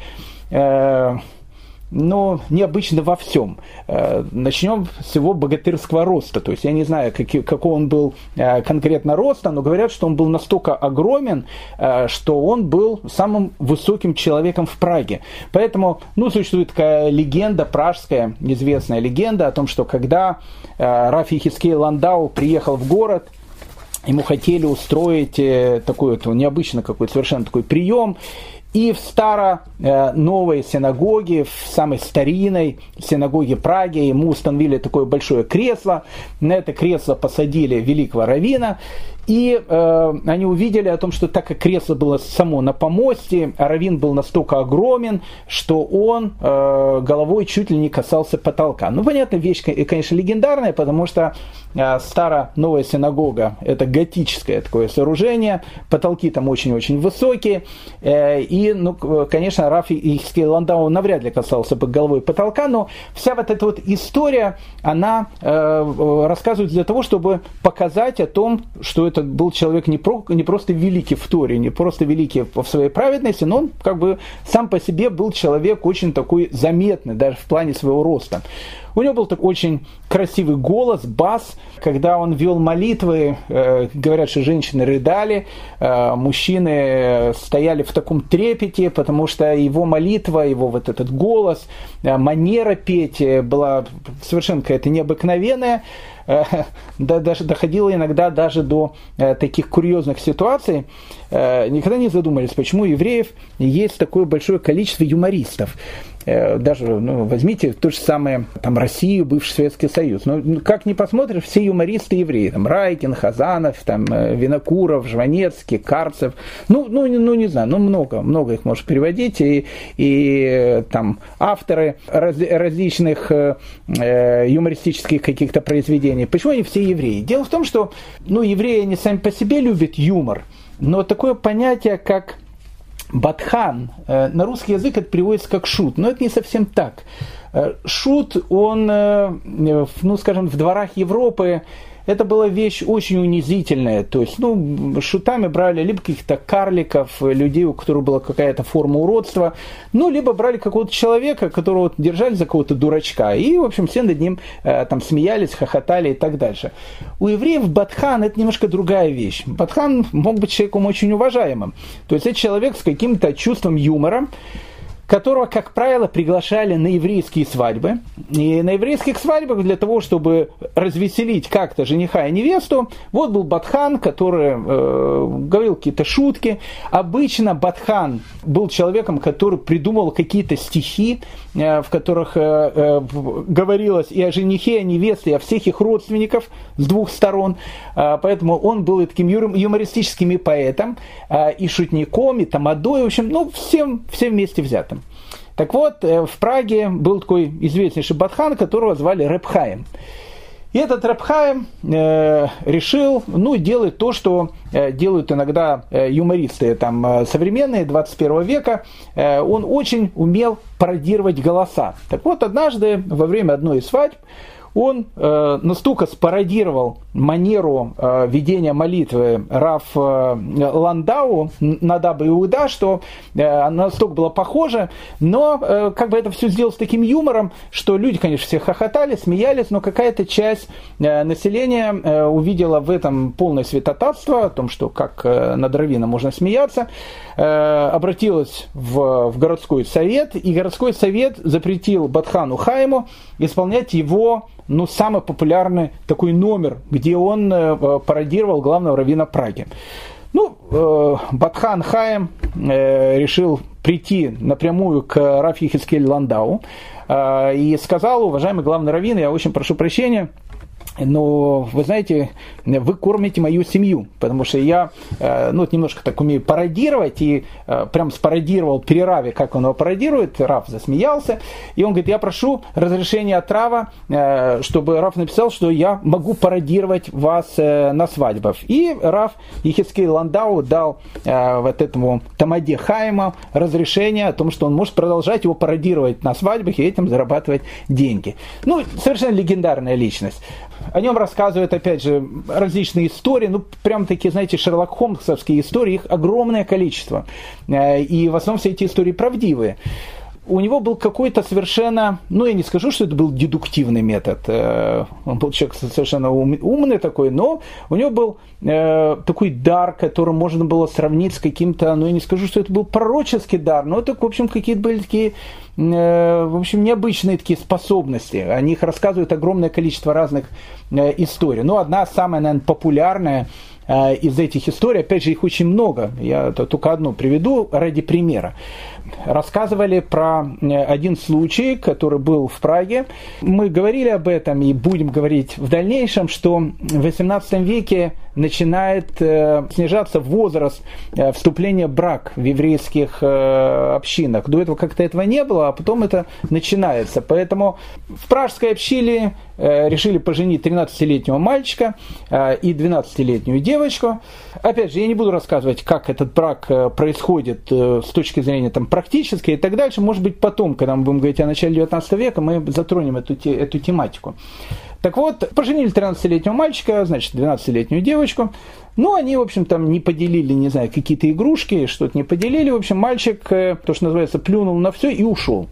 необычно во всем. Начнем с его богатырского роста. То есть я не знаю, какого он был конкретно роста, но говорят, что он был настолько огромен, что он был самым высоким человеком в Праге. Поэтому, существует такая легенда, пражская, известная легенда о том, что когда Раф Йехескель Ландау приехал в город, ему хотели устроить такой необычный какой-то совершенно такой прием. И в новой синагоге, в самой старинной синагоге Праги, ему установили такое большое кресло. На это кресло посадили великого раввина. И они увидели о том, что так как кресло было само на помосте, а раввин был настолько огромен, что он головой чуть ли не касался потолка. Ну, понятно, вещь, конечно, легендарная, потому что новая синагога – это готическое такое сооружение, потолки там очень-очень высокие, и, ну, конечно, Рав Йехескель Ландау навряд ли касался бы головой потолка, но вся вот эта вот история, она рассказывает для того, чтобы показать о том, что это был человек не просто великий в Торе, не просто великий в своей праведности, но он как бы сам по себе был человек очень такой заметный, даже в плане своего роста. У него был такой очень красивый голос, бас. Когда он вел молитвы, говорят, что женщины рыдали, мужчины стояли в таком трепете, потому что его молитва, его вот этот голос, манера петь была совершенно какая-то необыкновенная. Даже доходило иногда даже до таких курьезных ситуаций. Никогда не задумались, почему у евреев есть такое большое количество юмористов. Даже возьмите то же самое там, Россию, бывший Советский Союз. Ну, как ни посмотришь, все юмористы евреи. Там, Райкин, Хазанов, там, Винокуров, Жванецкий, Карцев. Не знаю, много их можно переводить. И там авторы различных юмористических каких-то произведений. Почему они все евреи? Дело в том, что евреи они сами по себе любят юмор. Но такое понятие, как Батхан, на русский язык это переводится как шут, но это не совсем так. Шут, он, скажем, в дворах Европы, это была вещь очень унизительная. То есть, шутами брали либо каких-то карликов, людей, у которых была какая-то форма уродства, либо брали какого-то человека, которого держали за какого-то дурачка. И, в общем, все над ним там смеялись, хохотали и так дальше. У евреев Батхан это немножко другая вещь. Батхан мог быть человеком очень уважаемым. То есть, это человек с каким-то чувством юмора, которого, как правило, приглашали на еврейские свадьбы. И на еврейских свадьбах для того, чтобы развеселить как-то жениха и невесту, вот был Батхан, который говорил какие-то шутки. Обычно Батхан был человеком, который придумал какие-то стихи, в которых говорилось и о женихе, и о невесте, и о всех их родственников с двух сторон. Поэтому он был и таким юмористическим и поэтом, и шутником, и тамадой, в общем, всем вместе взятым. Так вот, в Праге был такой известнейший Батхан, которого звали Реб Хаим. И этот Реб Хаим решил делать то, что делают иногда юмористы современные 21 века. Он очень умел пародировать голоса. Так вот, однажды во время одной из свадьб он настолько спародировал манеру ведения молитвы Рав Ландау, Надаба Иуда, что она настолько была похожа, но это все сделал с таким юмором, что люди, конечно, все хохотали, смеялись, но какая-то часть населения увидела в этом полное святотатство, о том, что как над раввином можно смеяться, обратилась в городской совет, и городской совет запретил Батхану Хаиму исполнять его самый популярный такой номер, где он пародировал главного раввина Праги. Батхан Хаим решил прийти напрямую к Рав Йехескель Ландау и сказал: уважаемый главный раввин, я очень прошу прощения, но, вы знаете, вы кормите мою семью, потому что я немножко так умею пародировать, и прям спародировал при Раве, как он его пародирует. Рав засмеялся, и он говорит: я прошу разрешения от Рава, чтобы Рав написал, что я могу пародировать вас на свадьбах. И Рав Йехескель Ландау дал вот этому Тамаде Хаиму разрешение о том, что он может продолжать его пародировать на свадьбах и этим зарабатывать деньги. Совершенно легендарная личность. О нем рассказывают, опять же, различные истории, прям такие, знаете, Шерлок Холмсовские истории, их огромное количество. И в основном все эти истории правдивые. У него был какой-то совершенно, я не скажу, что это был дедуктивный метод, он был человек совершенно умный такой, но у него был такой дар, которым можно было сравнить с каким-то, я не скажу, что это был пророческий дар, но это, в общем, какие-то были такие в общем, необычные такие способности. О них рассказывают огромное количество разных историй. Но одна самая, наверное, популярная из этих историй, опять же, их очень много, я только одну приведу ради примера. Рассказывали про один случай, который был в Праге. Мы говорили об этом и будем говорить в дальнейшем, что в XVIII веке начинает снижаться возраст вступления в брак в еврейских общинах. До этого как-то этого не было, а потом это начинается. Поэтому в пражской общине решили поженить 13-летнего мальчика и 12-летнюю девочку. Опять же, я не буду рассказывать, как этот брак происходит с точки зрения там, практической и так дальше. Может быть, потом, когда мы будем говорить о начале 19 века, мы затронем эту тематику. Так вот, поженили 13-летнего мальчика, значит, 12-летнюю девочку. Ну, они, в общем, там не поделили, не знаю, какие-то игрушки, что-то не поделили. В общем, мальчик, то, что называется, плюнул на все и ушел.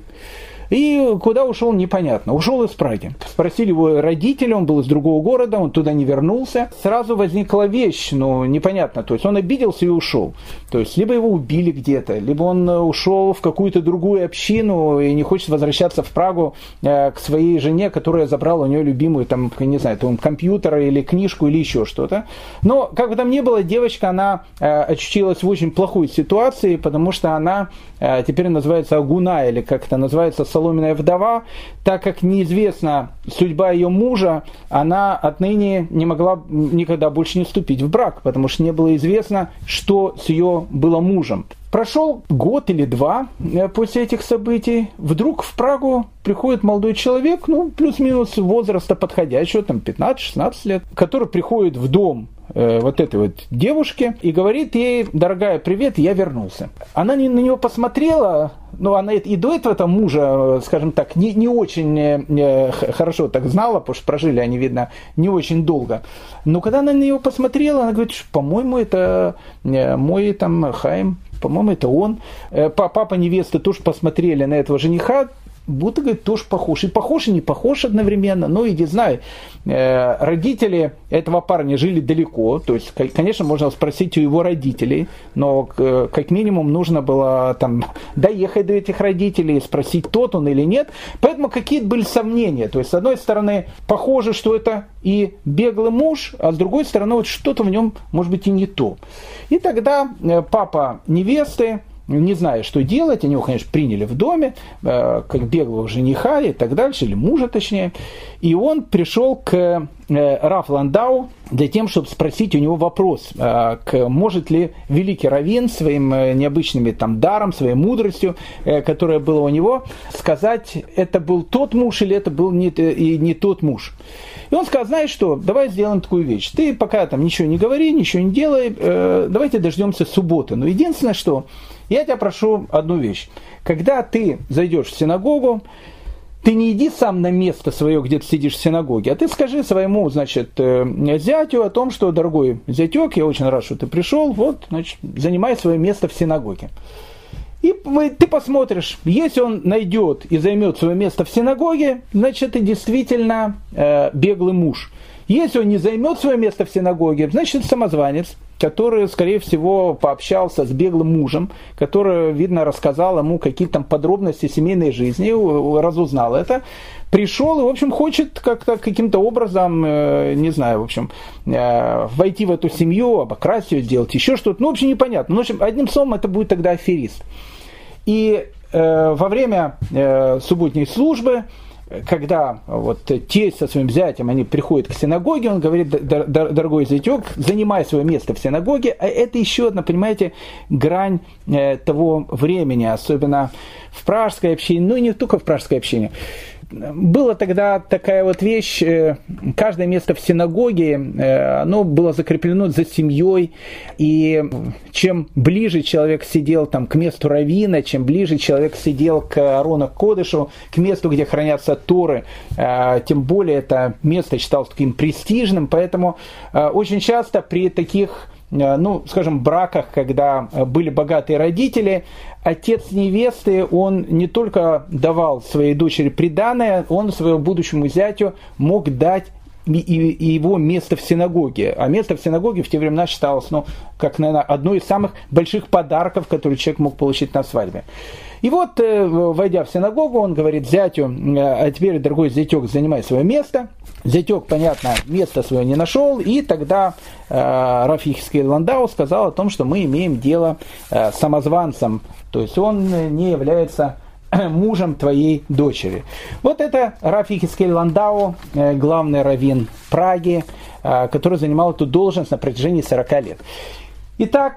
И куда ушел, непонятно. Ушел из Праги. Спросили его родители, он был из другого города, он туда не вернулся. Сразу возникла вещь, непонятно. То есть он обиделся и ушел. То есть либо его убили где-то, либо он ушел в какую-то другую общину и не хочет возвращаться в Прагу к своей жене, которая забрала у нее любимую, там, не знаю, там, компьютер или книжку или еще что-то. Но, как бы там ни было, девочка, она очутилась в очень плохой ситуации, потому что она теперь называется агуна, или как это называется, соломенная вдова, так как неизвестна судьба ее мужа, она отныне не могла никогда больше не вступить в брак, потому что не было известно, что с ее было мужем. Прошел год или два после этих событий, вдруг в Прагу приходит молодой человек, плюс-минус возраста подходящего, там 15-16 лет, который приходит в дом вот этой вот девушки и говорит ей: дорогая, привет, я вернулся. Она на него посмотрела, она и до этого там мужа, скажем так, не очень хорошо так знала, потому что прожили они, видно, не очень долго. Но когда она на него посмотрела, она говорит: по-моему, это мой там Хаим, по-моему, это он. Папа невесты тоже посмотрели на этого жениха, будто, говорит, тоже похож. И похож, и не похож одновременно. Иди знай. Родители этого парня жили далеко. То есть, конечно, можно спросить у его родителей, но как минимум нужно было там доехать до этих родителей, спросить, тот он или нет. Поэтому какие-то были сомнения. То есть, с одной стороны, похоже, что это и беглый муж, а с другой стороны, вот что-то в нем, может быть, и не то. И тогда папа невесты, не зная, что делать, они его, конечно, приняли в доме, как беглого жениха и так дальше, или мужа точнее, и он пришел к Раф Ландау для того, чтобы спросить у него вопрос, может ли великий раввин своим необычным там, даром, своей мудростью, которая была у него, сказать, это был тот муж или это был не тот муж. И он сказал: знаешь что, давай сделаем такую вещь. Ты пока там ничего не говори, ничего не делай, давайте дождемся субботы. Но единственное, что я тебя прошу одну вещь. Когда ты зайдешь в синагогу, ты не иди сам на место свое, где ты сидишь в синагоге, а ты скажи своему, зятю о том, что: дорогой зятек, я очень рад, что ты пришел, занимай свое место в синагоге. И ты посмотришь, если он найдет и займет свое место в синагоге, значит, это действительно беглый муж. Если он не займет свое место в синагоге, значит, это самозванец, который, скорее всего, пообщался с беглым мужем, который, видно, рассказал ему какие-то там подробности семейной жизни, разузнал это, пришел и, в общем, хочет как-то каким-то образом, не знаю, в общем, войти в эту семью, обокрасть ее, сделать еще что-то. В общем, непонятно. В общем, одним словом, это будет тогда аферист. И во время субботней службы, когда тесть со своим зятем, они приходят к синагоге, он говорит: дорогой зятек, занимай свое место в синагоге. А это еще одна, понимаете, грань того времени, особенно в пражской общине, и не только в пражской общине. Была тогда такая вот вещь, каждое место в синагоге, оно было закреплено за семьей, и чем ближе человек сидел там, к месту раввина, чем ближе человек сидел к Аарона Кодешу, к месту, где хранятся Торы, тем более это место считалось таким престижным, поэтому очень часто при таких, браках, когда были богатые родители, отец невесты, он не только давал своей дочери приданое, он своему будущему зятю мог дать и его место в синагоге. А место в синагоге в те времена считалось, как, наверное, одно из самых больших подарков, которые человек мог получить на свадьбе. И вот, войдя в синагогу, он говорит зятю: а теперь, дорогой зятек, занимай свое место. Зятек, понятно, место свое не нашел, и тогда Рав Йехескель Ландау сказал о том, что мы имеем дело с самозванцем, то есть он не является мужем твоей дочери. Вот это Рав Йехескель Ландау, главный раввин Праги, который занимал эту должность на протяжении 40 лет. Итак,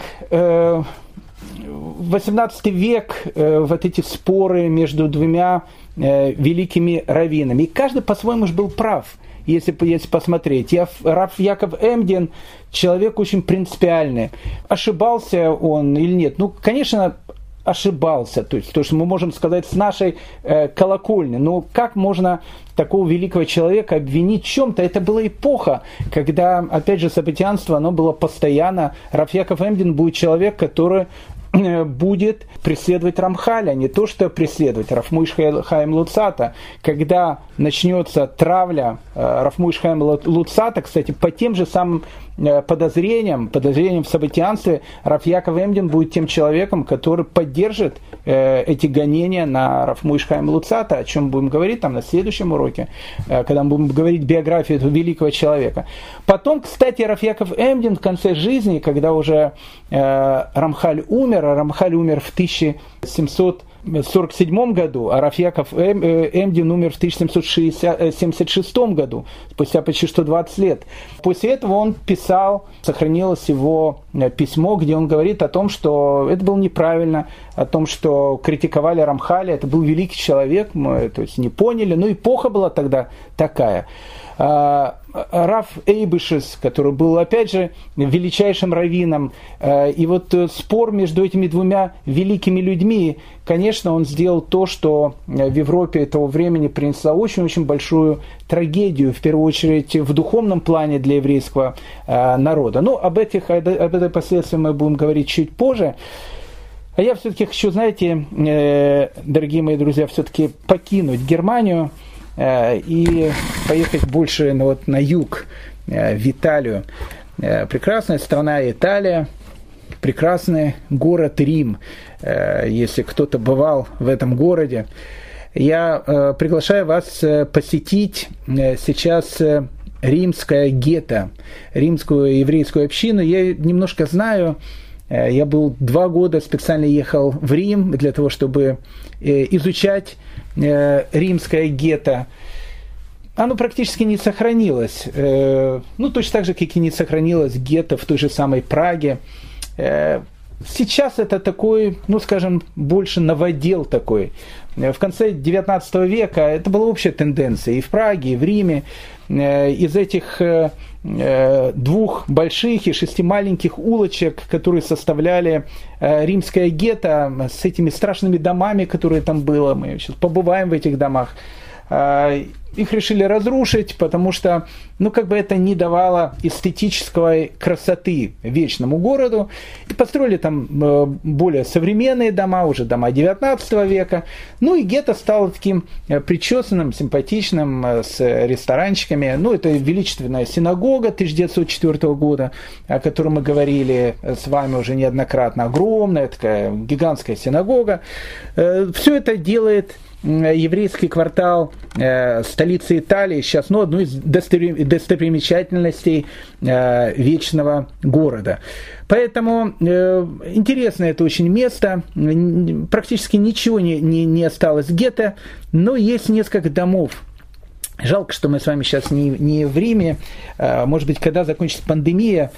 18 век, вот эти споры между двумя великими раввинами. И каждый по-своему же был прав, если посмотреть. Рав Яков Эмдин, человек очень принципиальный. Ошибался он или нет? Ну, конечно, ошибался. То есть, то, что мы можем сказать с нашей колокольни. Но как можно такого великого человека обвинить в чем-то? Это была эпоха, когда, опять же, событиянство, оно было постоянно. Рав Яков Эмдин будет человек, который будет преследовать Рамхаля, не то что преследовать Рав Моше Хаим Луцата. Когда начнется травля Рав Моше Хаим Луцата, кстати, по тем же самым подозрениям в событиянстве, Рав Яков Эмдин будет тем человеком, который поддержит эти гонения на Рав Моше Хаим Луцата, о чем будем говорить там на следующем уроке, когда мы будем говорить биографию этого великого человека. Потом, кстати, Рав Яков Эмдин в конце жизни, когда уже Рамхаль умер, а Рамхаль умер в 1747 году, а Рав Яков Эмдин умер в 1776 году, спустя почти 120 лет. После этого он писал, сохранилось его письмо, где он говорит о том, что это было неправильно, о том, что критиковали Рамхаля, это был великий человек, мы, то есть, не поняли, но эпоха была тогда такая. Рав Эйбышес, который был, опять же, величайшим раввином, и вот спор между этими двумя великими людьми, конечно, он сделал то, что в Европе того времени принесло очень-очень большую трагедию, в первую очередь в духовном плане для еврейского народа. Но об этой последствии мы будем говорить чуть позже. А я все-таки хочу, знаете, дорогие мои друзья, все-таки покинуть Германию и поехать больше на юг, в Италию. Прекрасная страна Италия, прекрасный город Рим. Если кто-то бывал в этом городе, я приглашаю вас посетить сейчас римское гетто, римскую еврейскую общину. Я немножко знаю. Я был 2 года, специально ехал в Рим для того, чтобы изучать римское гетто. Оно практически не сохранилось. Точно так же, как и не сохранилось гетто в той же самой Праге. Сейчас это такой, скажем, больше новодел такой. В конце XIX века это была общая тенденция и в Праге, и в Риме. Из этих 2 больших и 6 маленьких улочек, которые составляли римское гетто, с этими страшными домами, которые там было, мы сейчас побываем в этих домах, их решили разрушить, потому что, это не давало эстетической красоты вечному городу. И построили там более современные дома, уже дома XIX века. И гетто стало таким причесанным, симпатичным, с ресторанчиками. Это величественная синагога 1904 года, о которой мы говорили с вами уже неоднократно. Огромная такая гигантская синагога. Все это делает еврейский квартал столицы Италии сейчас одной из достопримечательностей вечного города. Поэтому интересное это очень место. Практически ничего не осталось гетто, но есть несколько домов. Жалко, что мы с вами сейчас не в Риме. Может быть, когда закончится пандемия,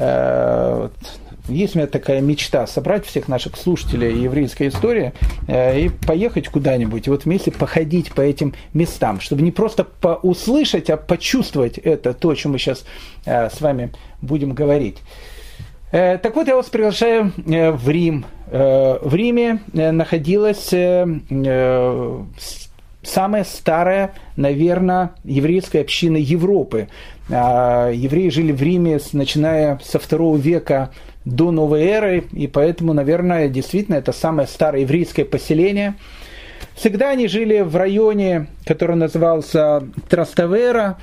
есть у меня такая мечта собрать всех наших слушателей еврейской истории и поехать куда-нибудь, и вместе походить по этим местам, чтобы не просто услышать, а почувствовать это, то, о чем мы сейчас с вами будем говорить. Так вот, я вас приглашаю в Рим. В Риме находилась самая старая, наверное, еврейская община Европы. Евреи жили в Риме, начиная со II века до новой эры, и поэтому, наверное, действительно это самое старое еврейское поселение. Всегда они жили в районе, который назывался Траставера.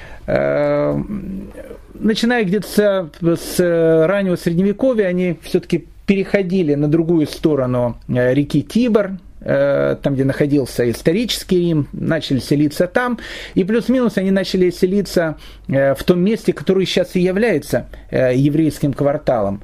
Начиная где-то с раннего Средневековья, они все-таки переходили на другую сторону реки Тибр, там, где находился исторический Рим, начали селиться там, и плюс-минус они начали селиться в том месте, которое сейчас и является еврейским кварталом.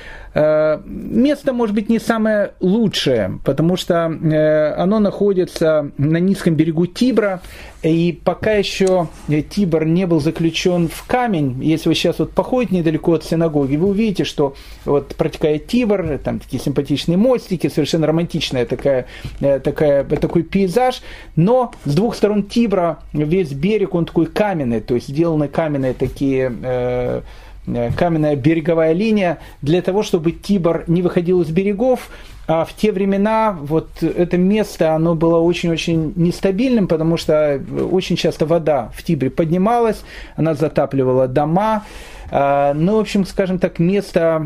Место, может быть, не самое лучшее, потому что оно находится на низком берегу Тибра, и пока еще Тибр не был заключен в камень, если вы сейчас вот походите недалеко от синагоги, вы увидите, что вот протекает Тибр, там такие симпатичные мостики, совершенно романтичный такой пейзаж, но с двух сторон Тибра весь берег, он такой каменный, то есть сделаны каменные такие... каменная береговая линия для того, чтобы Тибр не выходил из берегов, а в те времена вот это место, оно было очень-очень нестабильным, потому что очень часто вода в Тибре поднималась, она затапливала дома. Ну, в общем, скажем так, место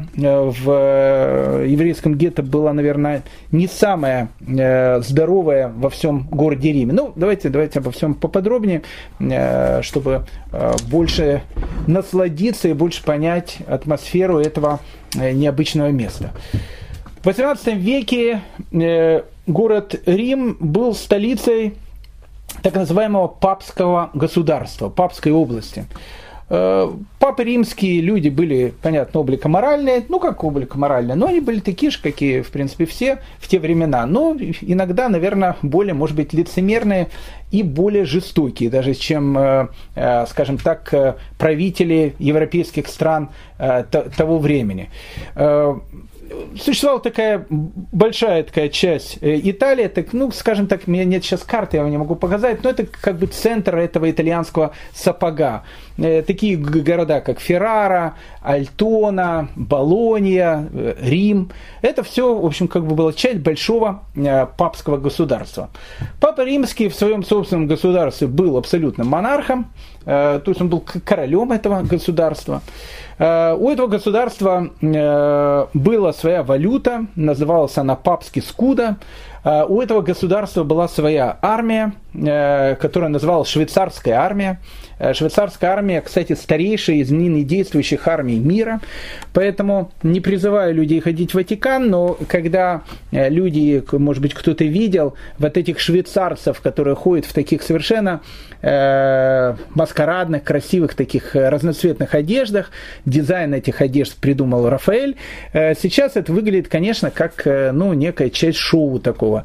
в еврейском гетто было, наверное, не самое здоровое во всем городе Риме. Ну, давайте обо всем поподробнее, чтобы больше насладиться и больше понять атмосферу этого необычного места. В XVIII веке город Рим был столицей так называемого папского государства, папской области. Папы римские люди были, понятно, облико-моральные, ну как облико-моральные, но они были такие же, какие, в принципе, все в те времена, но иногда, наверное, более, может быть, лицемерные и более жестокие, даже чем, скажем так, правители европейских стран того времени. Существовала такая большая такая часть Италии, так, ну, скажем так, у меня нет сейчас карты, я вам не могу показать, но это как бы центр этого итальянского сапога. Такие города, как Феррара, Альтона, Болонья, Рим. Это все, в общем, как бы была часть большого папского государства. Папа Римский в своем собственном государстве был абсолютным монархом, то есть он был королем этого государства. У этого государства была своя валюта, называлась она папский скуда. У этого государства была своя армия, которая называлась швейцарская армия. Швейцарская армия, кстати, старейшая из ныне действующих армий мира. Поэтому не призываю людей ходить в Ватикан, но когда люди, может быть, кто-то видел вот этих швейцарцев, которые ходят в таких совершенно маскарадных, красивых таких разноцветных одеждах, дизайн этих одежд придумал Рафаэль, сейчас это выглядит, конечно, как некая часть шоу такого.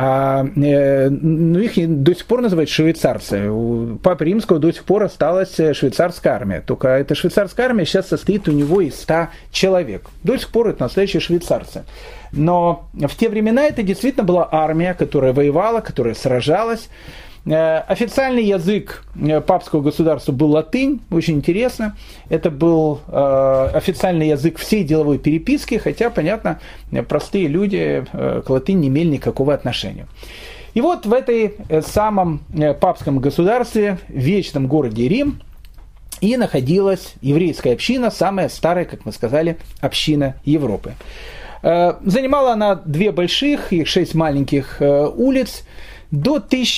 Но их до сих пор называют швейцарцы. У Папы Римского до сих пор осталась швейцарская армия. Только эта швейцарская армия сейчас состоит у него из 100 человек. До сих пор это настоящие швейцарцы. Но в те времена это действительно была армия, которая воевала, которая сражалась. Официальный язык папского государства был латынь, очень интересно. Это был официальный язык всей деловой переписки, хотя, понятно, простые люди к латыни не имели никакого отношения. И вот в этой самом папском государстве, в вечном городе Рим, и находилась еврейская община, самая старая, как мы сказали, община Европы. Занимала она 2 больших и 6 маленьких улиц. До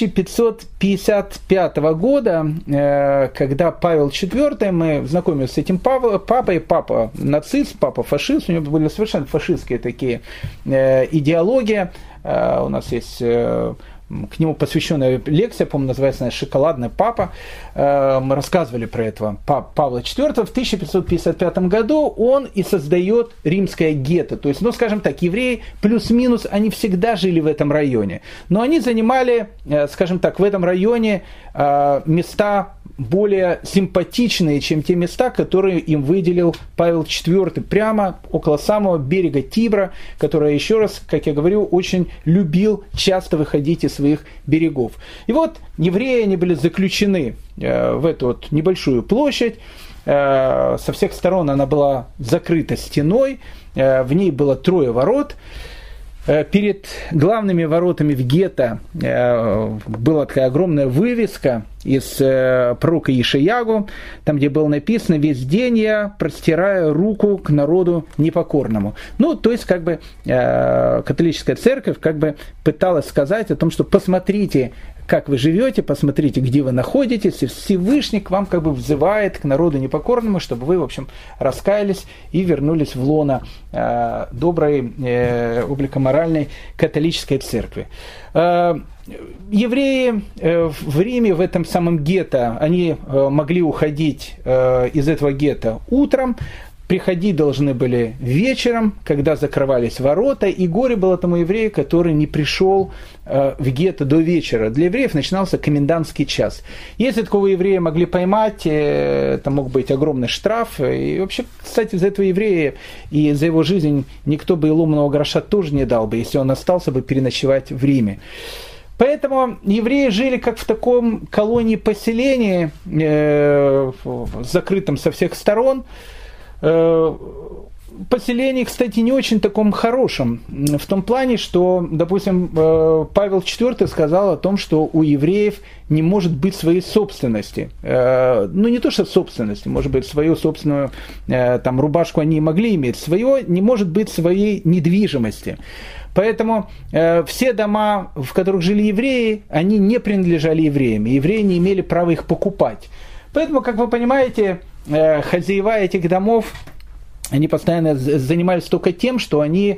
1555 года, когда Павел IV, мы знакомились с этим папой, папа нацист, папа фашист, у него были совершенно фашистские такие идеологии. У нас есть к нему посвященная лекция, по-моему, называется «Шоколадный папа». Мы рассказывали про этого Павла IV. В 1555 году он и создает римское гетто. То есть, скажем так, евреи плюс-минус, они всегда жили в этом районе. Но они занимали, скажем так, в этом районе места более симпатичные, чем те места, которые им выделил Павел IV, прямо около самого берега Тибра, который, еще раз, как я говорю, очень любил часто выходить из своих берегов. И вот евреи, они были заключены в эту вот небольшую площадь, со всех сторон она была закрыта стеной, в ней было 3 ворот. Перед главными воротами в гетто была такая огромная вывеска, из пророка Ишиягу, там, где было написано: «Весь день я простираю руку к народу непокорному». Ну, то есть, как бы, католическая церковь как бы пыталась сказать о том, что посмотрите, как вы живете, посмотрите, где вы находитесь, и Всевышний к вам как бы взывает, к народу непокорному, чтобы вы, в общем, раскаялись и вернулись в лоно доброй, обликоморальной католической церкви. Евреи в Риме, в этом самом гетто, они могли уходить из этого гетто утром, приходить должны были вечером, когда закрывались ворота, и горе было тому еврею, который не пришел в гетто до вечера. Для евреев начинался комендантский час. Если такого еврея могли поймать, это мог быть огромный штраф. И вообще, кстати, за этого еврея и за его жизнь никто бы и ломаного гроша тоже не дал бы, если он остался бы переночевать в Риме. Поэтому евреи жили как в таком колонии-поселении, закрытом со всех сторон. Поселение, кстати, не очень таком хорошем, в том плане, что, допустим, Павел IV сказал о том, что у евреев не может быть своей собственности. Ну, не то, что собственности, может быть, свою собственную там, рубашку они могли иметь, свое не может быть своей недвижимости. Поэтому все дома, в которых жили евреи, они не принадлежали евреям, и евреи не имели права их покупать. Поэтому, как вы понимаете, хозяева этих домов, они постоянно занимались только тем, что они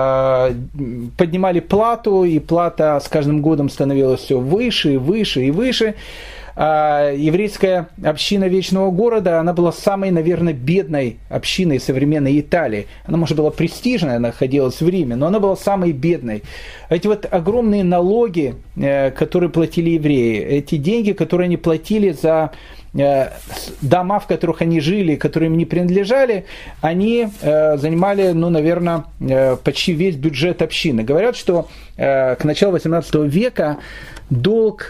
поднимали плату, и плата с каждым годом становилась все выше и выше и выше. Еврейская община Вечного Города, она была самой, наверное, бедной общиной современной Италии. Она, может, была престижная, она находилась в Риме, но она была самой бедной. Эти вот огромные налоги, которые платили евреи, эти деньги, которые они платили за дома, в которых они жили, которые им не принадлежали, они занимали, ну, наверное, почти весь бюджет общины. Говорят, что к началу XVIII века долг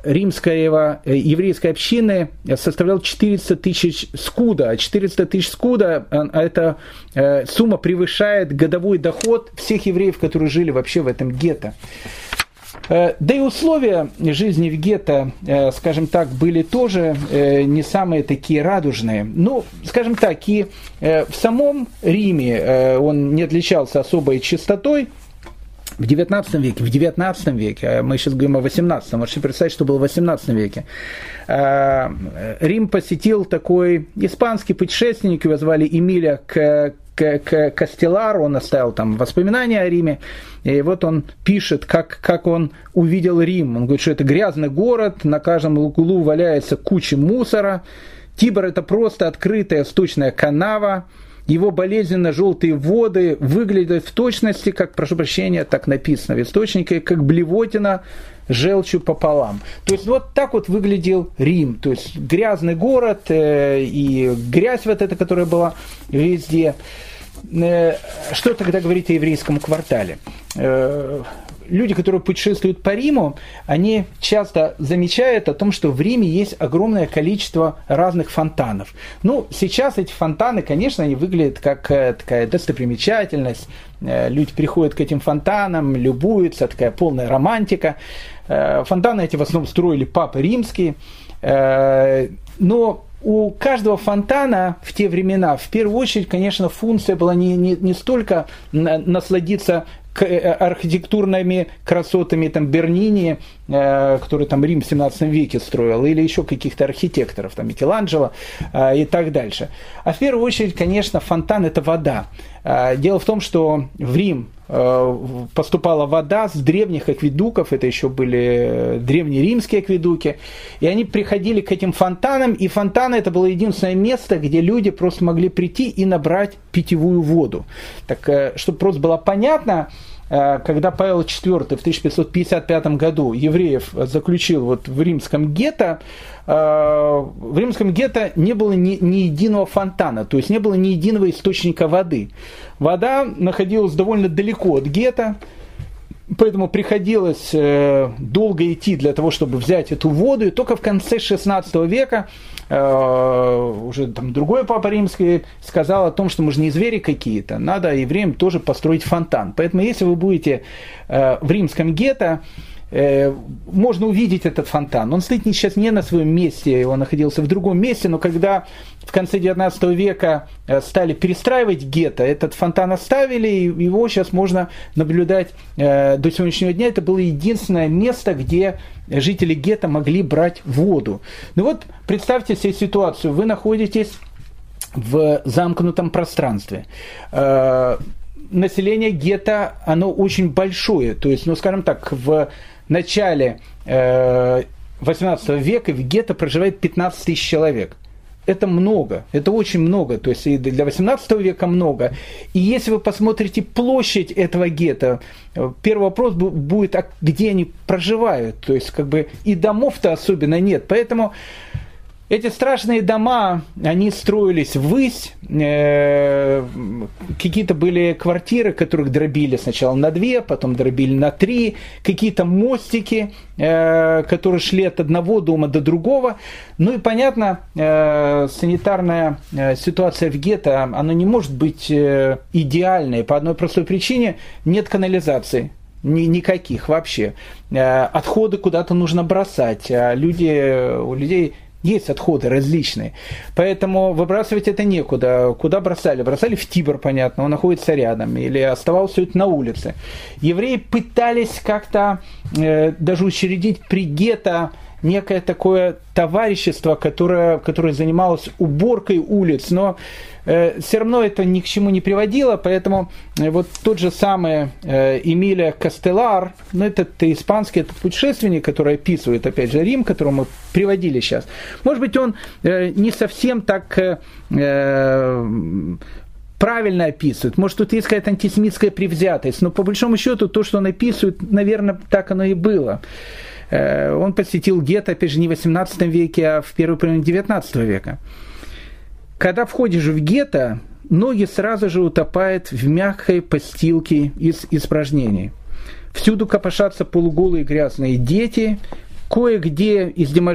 еврейской общины составлял 400 тысяч скуда. 400 тысяч скуда, эта сумма превышает годовой доход всех евреев, которые жили вообще в этом гетто. Да и условия жизни в гетто, скажем так, были тоже не самые такие радужные. Ну, скажем так, и в самом Риме он не отличался особой чистотой. В XIX веке, мы сейчас говорим о XVIII, можете представить, что было в XVIII веке, Рим посетил такой испанский путешественник, его звали Эмилио Кастеллар, он оставил там воспоминания о Риме, и вот он пишет, как он увидел Рим. Он говорит, что это грязный город, на каждом углу валяется куча мусора, Тибр это просто открытая сточная канава, его болезненно-желтые воды выглядят в точности, как, прошу прощения, так написано в источнике, как блевотина желчью пополам. То есть вот так вот выглядел Рим. То есть грязный город и грязь вот эта, которая была везде. Что тогда говорить о еврейском квартале? Люди, которые путешествуют по Риму, они часто замечают о том, что в Риме есть огромное количество разных фонтанов. Ну, сейчас эти фонтаны, конечно, они выглядят как такая достопримечательность. Люди приходят к этим фонтанам, любуются, такая полная романтика. Фонтаны эти в основном строили папы римские. Но у каждого фонтана в те времена, в первую очередь, конечно, функция была не столько насладиться архитектурными красотами там, Бернини, который там Рим в 17 веке строил, или еще каких-то архитекторов, там Микеланджело и так дальше. А в первую очередь, конечно, фонтан – это вода. Дело в том, что в Рим поступала вода с древних акведуков, это еще были древнеримские акведуки, и они приходили к этим фонтанам, и фонтаны это было единственное место, где люди просто могли прийти и набрать питьевую воду. Так, чтобы просто было понятно, когда Павел IV в 1555 году евреев заключил вот в римском гетто не было ни единого фонтана, то есть не было ни единого источника воды. Вода находилась довольно далеко от гетто, поэтому приходилось долго идти для того, чтобы взять эту воду, и только в конце XVI века уже там другой папа римский сказал о том, что мы же не звери какие-то, надо евреям тоже построить фонтан. Поэтому если вы будете в римском гетто, можно увидеть этот фонтан. Он стоит сейчас не на своем месте, он находился в другом месте, но когда в конце 19 века стали перестраивать гетто, этот фонтан оставили, и его сейчас можно наблюдать до сегодняшнего дня. Это было единственное место, где жители гетто могли брать воду. Ну вот, представьте себе ситуацию. Вы находитесь в замкнутом пространстве. Население гетто, оно очень большое. То есть, ну, скажем так, в начале 18 века в гетто проживает 15 тысяч человек. Это много, это очень много, то есть и для 18 века много. И если вы посмотрите площадь этого гетто, первый вопрос будет, а где они проживают? То есть как бы и домов-то особенно нет. Поэтому эти страшные дома, они строились ввысь, какие-то были квартиры, которых дробили сначала на 2, потом дробили на 3, какие-то мостики, которые шли от одного дома до другого. Ну и понятно, санитарная ситуация в гетто, она не может быть идеальной по одной простой причине: нет канализации. Никаких вообще. Отходы куда-то нужно бросать, а у людей есть отходы различные. Поэтому выбрасывать это некуда. Куда бросали? Бросали в Тибр, понятно, он находится рядом. Или оставался это на улице. Евреи пытались как-то даже учредить при гетто некое такое товарищество, которое занималось уборкой улиц, но все равно это ни к чему не приводило, поэтому вот тот же самый Эмилио Кастеллар, ну это испанский этот путешественник, который описывает, опять же, Рим, которого мы приводили сейчас, может быть, он не совсем так правильно описывает, может, тут есть какая-то антисемитская привзятость, но по большому счету то, что он описывает, наверное, так оно и было. Он посетил гетто, опять же, не в 18 веке, а в первой половине 19 века. Когда входишь в гетто, ноги сразу же утопают в мягкой постилке из испражнений. Всюду копошатся полуголые грязные дети, кое-где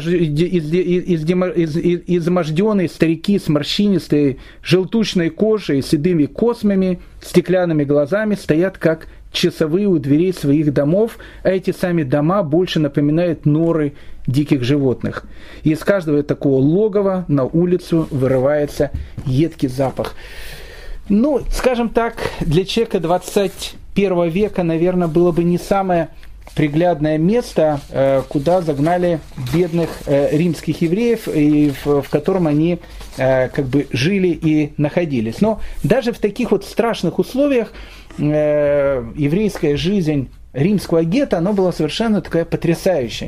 изможденные старики с морщинистой желтушной кожей, седыми космами, стеклянными глазами стоят как часовые у дверей своих домов, а эти сами дома больше напоминают норы диких животных. И из каждого такого логова на улицу вырывается едкий запах. Ну, скажем так, для человека 21 века, наверное, было бы не самое приглядное место, куда загнали бедных римских евреев, и в котором они как бы жили и находились. Но даже в таких вот страшных условиях еврейская жизнь римского гетто, она была совершенно такая потрясающей.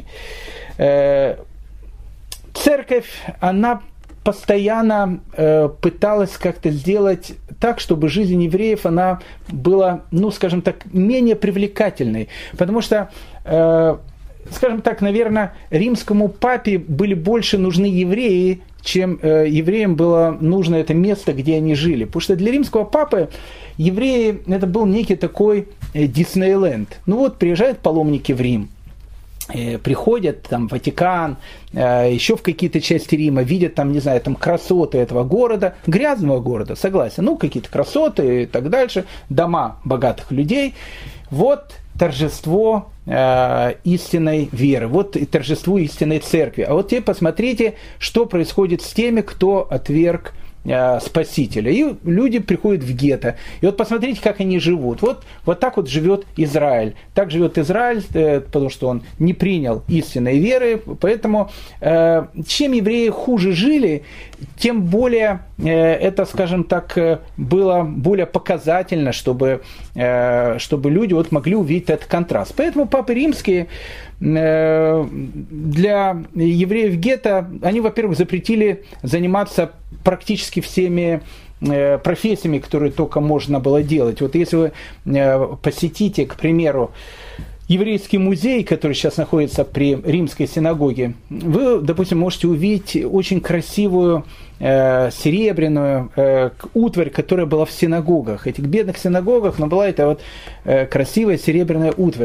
Церковь, она постоянно пыталась как-то сделать так, чтобы жизнь евреев, она была, ну, скажем так, менее привлекательной. Потому что, скажем так, наверное, римскому папе были больше нужны евреи, чем евреям было нужно это место, где они жили. Потому что для римского папы евреи – это был некий такой Диснейленд. Ну вот, приезжают паломники в Рим, приходят там в Ватикан, еще в какие-то части Рима, видят там, не знаю, там красоты этого города, грязного города, согласен, ну какие-то красоты и так дальше, дома богатых людей. Вот торжество истинной веры, вот и торжество истинной церкви. А вот теперь посмотрите, что происходит с теми, кто отверг Спасителя. И люди приходят в гетто. И вот посмотрите, как они живут. Вот так вот живет Израиль. Так живет Израиль, потому что он не принял истинной веры. Поэтому чем евреи хуже жили, тем более это, скажем так, было более показательно, чтобы люди вот могли увидеть этот контраст. Поэтому папы римские для евреев гетто, они, во-первых, запретили заниматься практически всеми профессиями, которые только можно было делать. Вот если вы посетите, к примеру, еврейский музей, который сейчас находится при Римской синагоге, вы, допустим, можете увидеть очень красивую серебряную утварь, которая была в синагогах, этих бедных синагогах, но была это вот красивая серебряная утварь.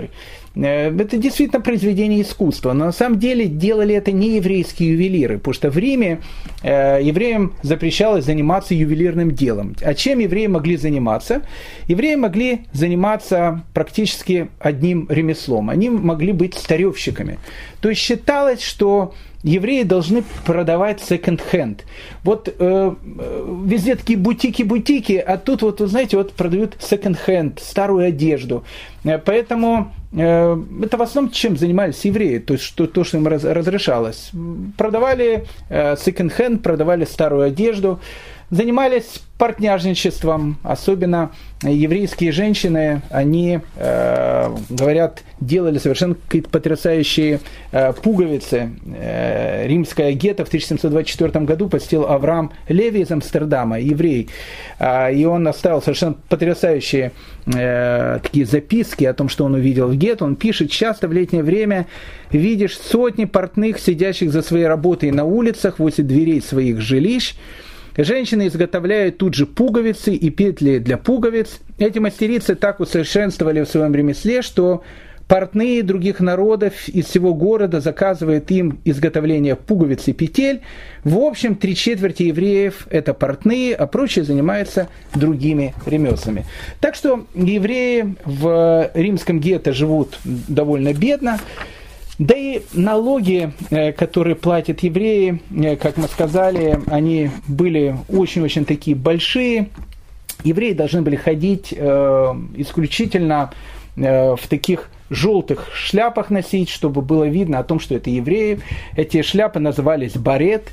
это действительно произведение искусства. Но на самом деле делали это не еврейские ювелиры, потому что в Риме евреям запрещалось заниматься ювелирным делом. А чем евреи могли заниматься? Евреи могли заниматься практически одним ремеслом. Они могли быть старевщиками. То есть считалось, что евреи должны продавать секонд-хенд. Вот везде такие бутики, а тут вот, вы знаете, вот продают секонд-хенд, старую одежду. Поэтому это в основном чем занимались евреи, то есть то, что им разрешалось. Продавали секонд-хенд, продавали старую одежду, занимались партняжничеством, особенно еврейские женщины, они, говорят, делали совершенно какие-то потрясающие пуговицы. Римское гетто в 1724 году посетил Авраам Леви из Амстердама, еврей, и он оставил совершенно потрясающие такие записки о том, что он увидел в гетто. Он пишет: «Часто в летнее время видишь сотни портных, сидящих за своей работой на улицах, возле дверей своих жилищ. Женщины изготовляют тут же пуговицы и петли для пуговиц. Эти мастерицы так усовершенствовали в своем ремесле, что портные других народов из всего города заказывают им изготовление пуговиц и петель. В общем, 3/4 евреев – это портные, а прочие занимаются другими ремеслами». Так что евреи в римском гетто живут довольно бедно. Да и налоги, которые платят евреи, как мы сказали, они были очень-очень такие большие. Евреи должны были ходить исключительно в таких желтых шляпах носить, чтобы было видно о том, что это евреи. Эти шляпы назывались барет.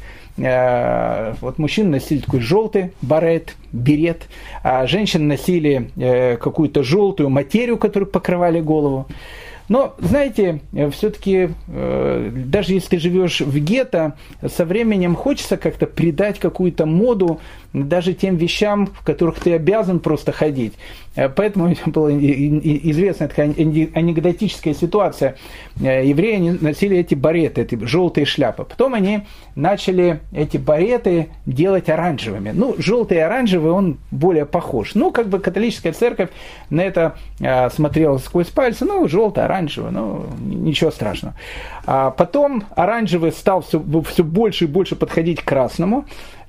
Вот мужчины носили такой желтый барет, берет, а женщины носили какую-то желтую материю, которую покрывали голову. Но, знаете, все-таки, даже если ты живешь в гетто, со временем хочется как-то придать какую-то моду даже тем вещам, в которых ты обязан просто ходить. Поэтому была известная такая анекдотическая ситуация. Евреи носили эти бареты, эти желтые шляпы. Потом они начали эти бареты делать оранжевыми. Ну, желтый и оранжевый, он более похож. Ну, как бы католическая церковь на это смотрела сквозь пальцы. Ну, желтый, оранжевый, ну, ничего страшного. А потом оранжевый стал все больше и больше подходить к красному.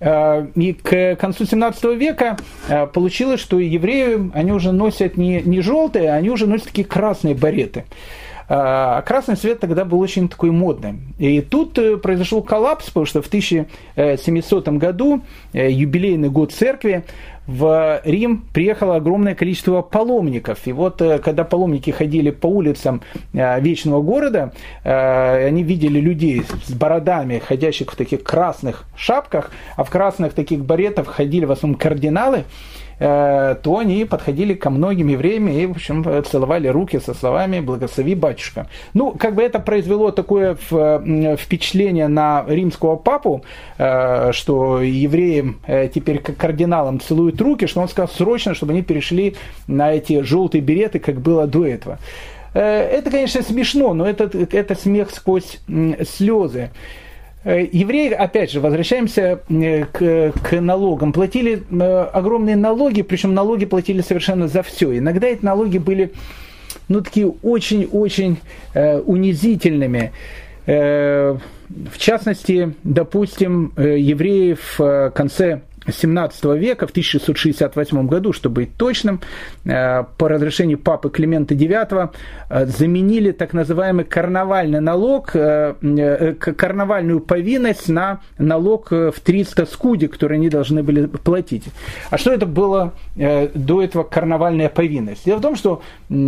И к концу 17 века получилось, что евреи, они уже носят не желтые, они уже носят такие красные бареты. А красный цвет тогда был очень такой модным. И тут произошел коллапс, потому что в 1700 году, юбилейный год церкви, в Рим приехало огромное количество паломников. И вот, когда паломники ходили по улицам Вечного города, они видели людей с бородами, ходящих в таких красных шапках, а в красных таких баретах ходили в основном кардиналы, то они подходили ко многим евреям и, в общем, целовали руки со словами «Благослови, батюшка». Ну, как бы это произвело такое впечатление на римского папу, что евреям теперь как кардиналам целуют руки, что он сказал срочно, чтобы они перешли на эти желтые береты, как было до этого. Это, конечно, смешно, но это смех сквозь слезы. Евреи, опять же, возвращаемся к налогам, платили огромные налоги, причем налоги платили совершенно за все. Иногда эти налоги были, ну, такие очень-очень унизительными. В частности, допустим, евреи в конце 17 века, в 1668 году, чтобы быть точным, по разрешению папы Климента IX заменили так называемый карнавальный налог, карнавальную повинность на налог в 300 скуди, который они должны были платить. А что это было до этого карнавальная повинность? Дело в том, что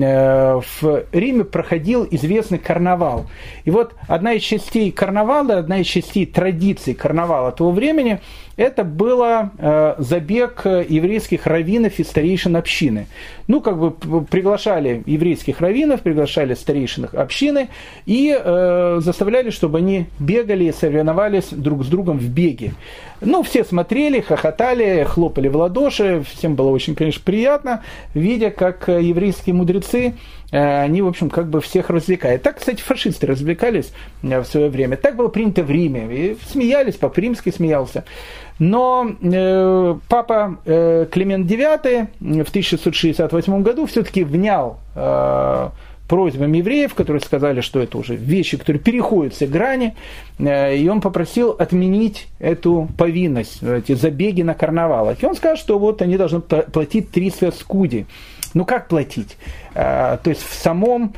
в Риме проходил известный карнавал. И вот одна из частей карнавала, одна из частей традиций карнавала того времени, это было забег еврейских раввинов и старейшин общины. Ну, как бы приглашали еврейских раввинов, приглашали старейшин общины и заставляли, чтобы они бегали и соревновались друг с другом в беге. Ну, все смотрели, хохотали, хлопали в ладоши, всем было очень, конечно, приятно, видя, как еврейские мудрецы, они, в общем, как бы всех развлекают. Так, кстати, фашисты развлекались в свое время. Так было принято в Риме. И смеялись, Папа Римский смеялся. Но папа Климент IX в 1668 году все-таки внял просьбам евреев, которые сказали, что это уже вещи, которые переходят все грани, и он попросил отменить эту повинность, эти забеги на карнавалах. И он сказал, что вот они должны платить 300 скуди. Ну как платить? То есть в самом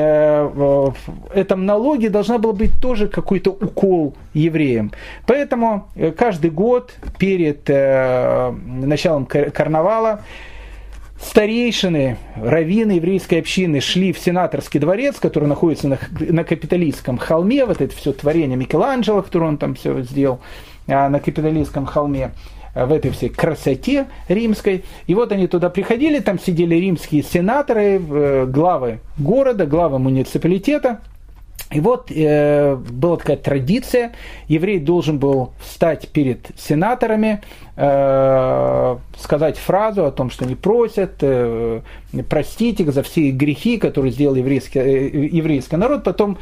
этом налоге должна была быть тоже какой-то укол евреям. Поэтому каждый год перед началом карнавала старейшины, раввины еврейской общины шли в сенаторский дворец, который находится на Капитолийском холме, вот это все творение Микеланджело, которое он там все сделал на Капитолийском холме, в этой всей красоте римской. И вот они туда приходили, там сидели римские сенаторы, главы города, главы муниципалитета. И вот была такая традиция, еврей должен был встать перед сенаторами, сказать фразу о том, что они просят простить их за все грехи, которые сделал еврейский народ. Потом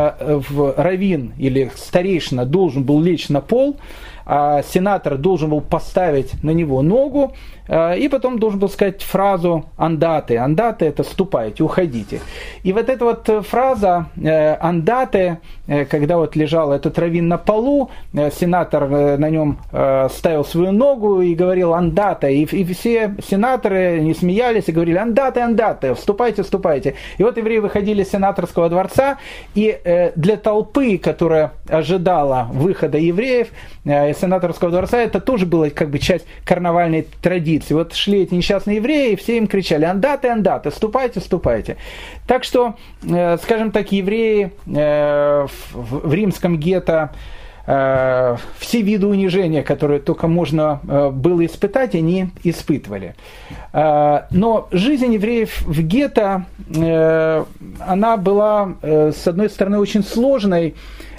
раввин или старейшина должен был лечь на пол, а сенатор должен был поставить на него ногу, и потом должен был сказать фразу «андате». «Андате» – это «ступайте, уходите». И вот эта вот фраза «андате», когда вот лежал этот раввин на полу, сенатор на нем ставил свою ногу и говорил «андате», и все сенаторы не смеялись и говорили «андате, андате, вступайте, вступайте». И вот евреи выходили из сенаторского дворца, и для толпы, которая ожидала выхода евреев из сенаторского дворца, это тоже была как бы часть карнавальной традиции. Вот шли эти несчастные евреи, и все им кричали «андате, андате, вступайте, вступайте». Так что, скажем так, евреи в римском гетто все виды унижения, которые только можно было испытать, они испытывали. Но жизнь евреев в гетто, она была, с одной стороны, очень сложной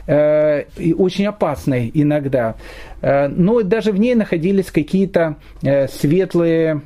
и очень опасной иногда. Но даже в ней находились какие-то светлые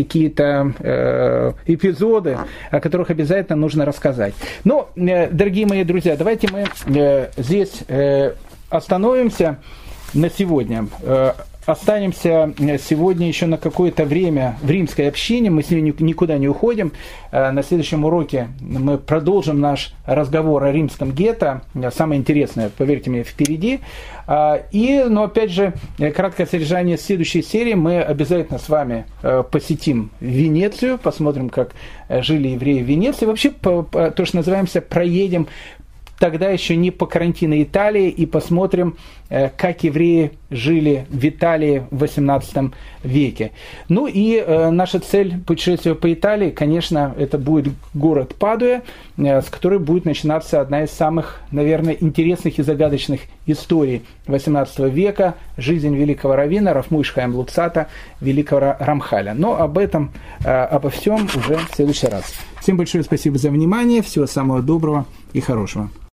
какие-то эпизоды, о которых обязательно нужно рассказать. Но, дорогие мои друзья, давайте мы здесь остановимся на сегодня. Останемся сегодня еще на какое-то время в римской общине, мы с ней никуда не уходим. На следующем уроке мы продолжим наш разговор о римском гетто. Самое интересное, поверьте мне, впереди. Но опять же, краткое содержание следующей серии. Мы обязательно с вами посетим Венецию, посмотрим, как жили евреи в Венеции. Вообще, то, что называемся, проедем тогда еще не по карантину Италии, и посмотрим, как евреи жили в Италии в XVIII веке. Ну и наша цель путешествия по Италии, конечно, это будет город Падуя, с которой будет начинаться одна из самых, наверное, интересных и загадочных историй XVIII века, жизнь великого раввина Рав Мойше Хаим Луцата, великого Рамхаля. Но об этом, обо всем уже в следующий раз. Всем большое спасибо за внимание, всего самого доброго и хорошего.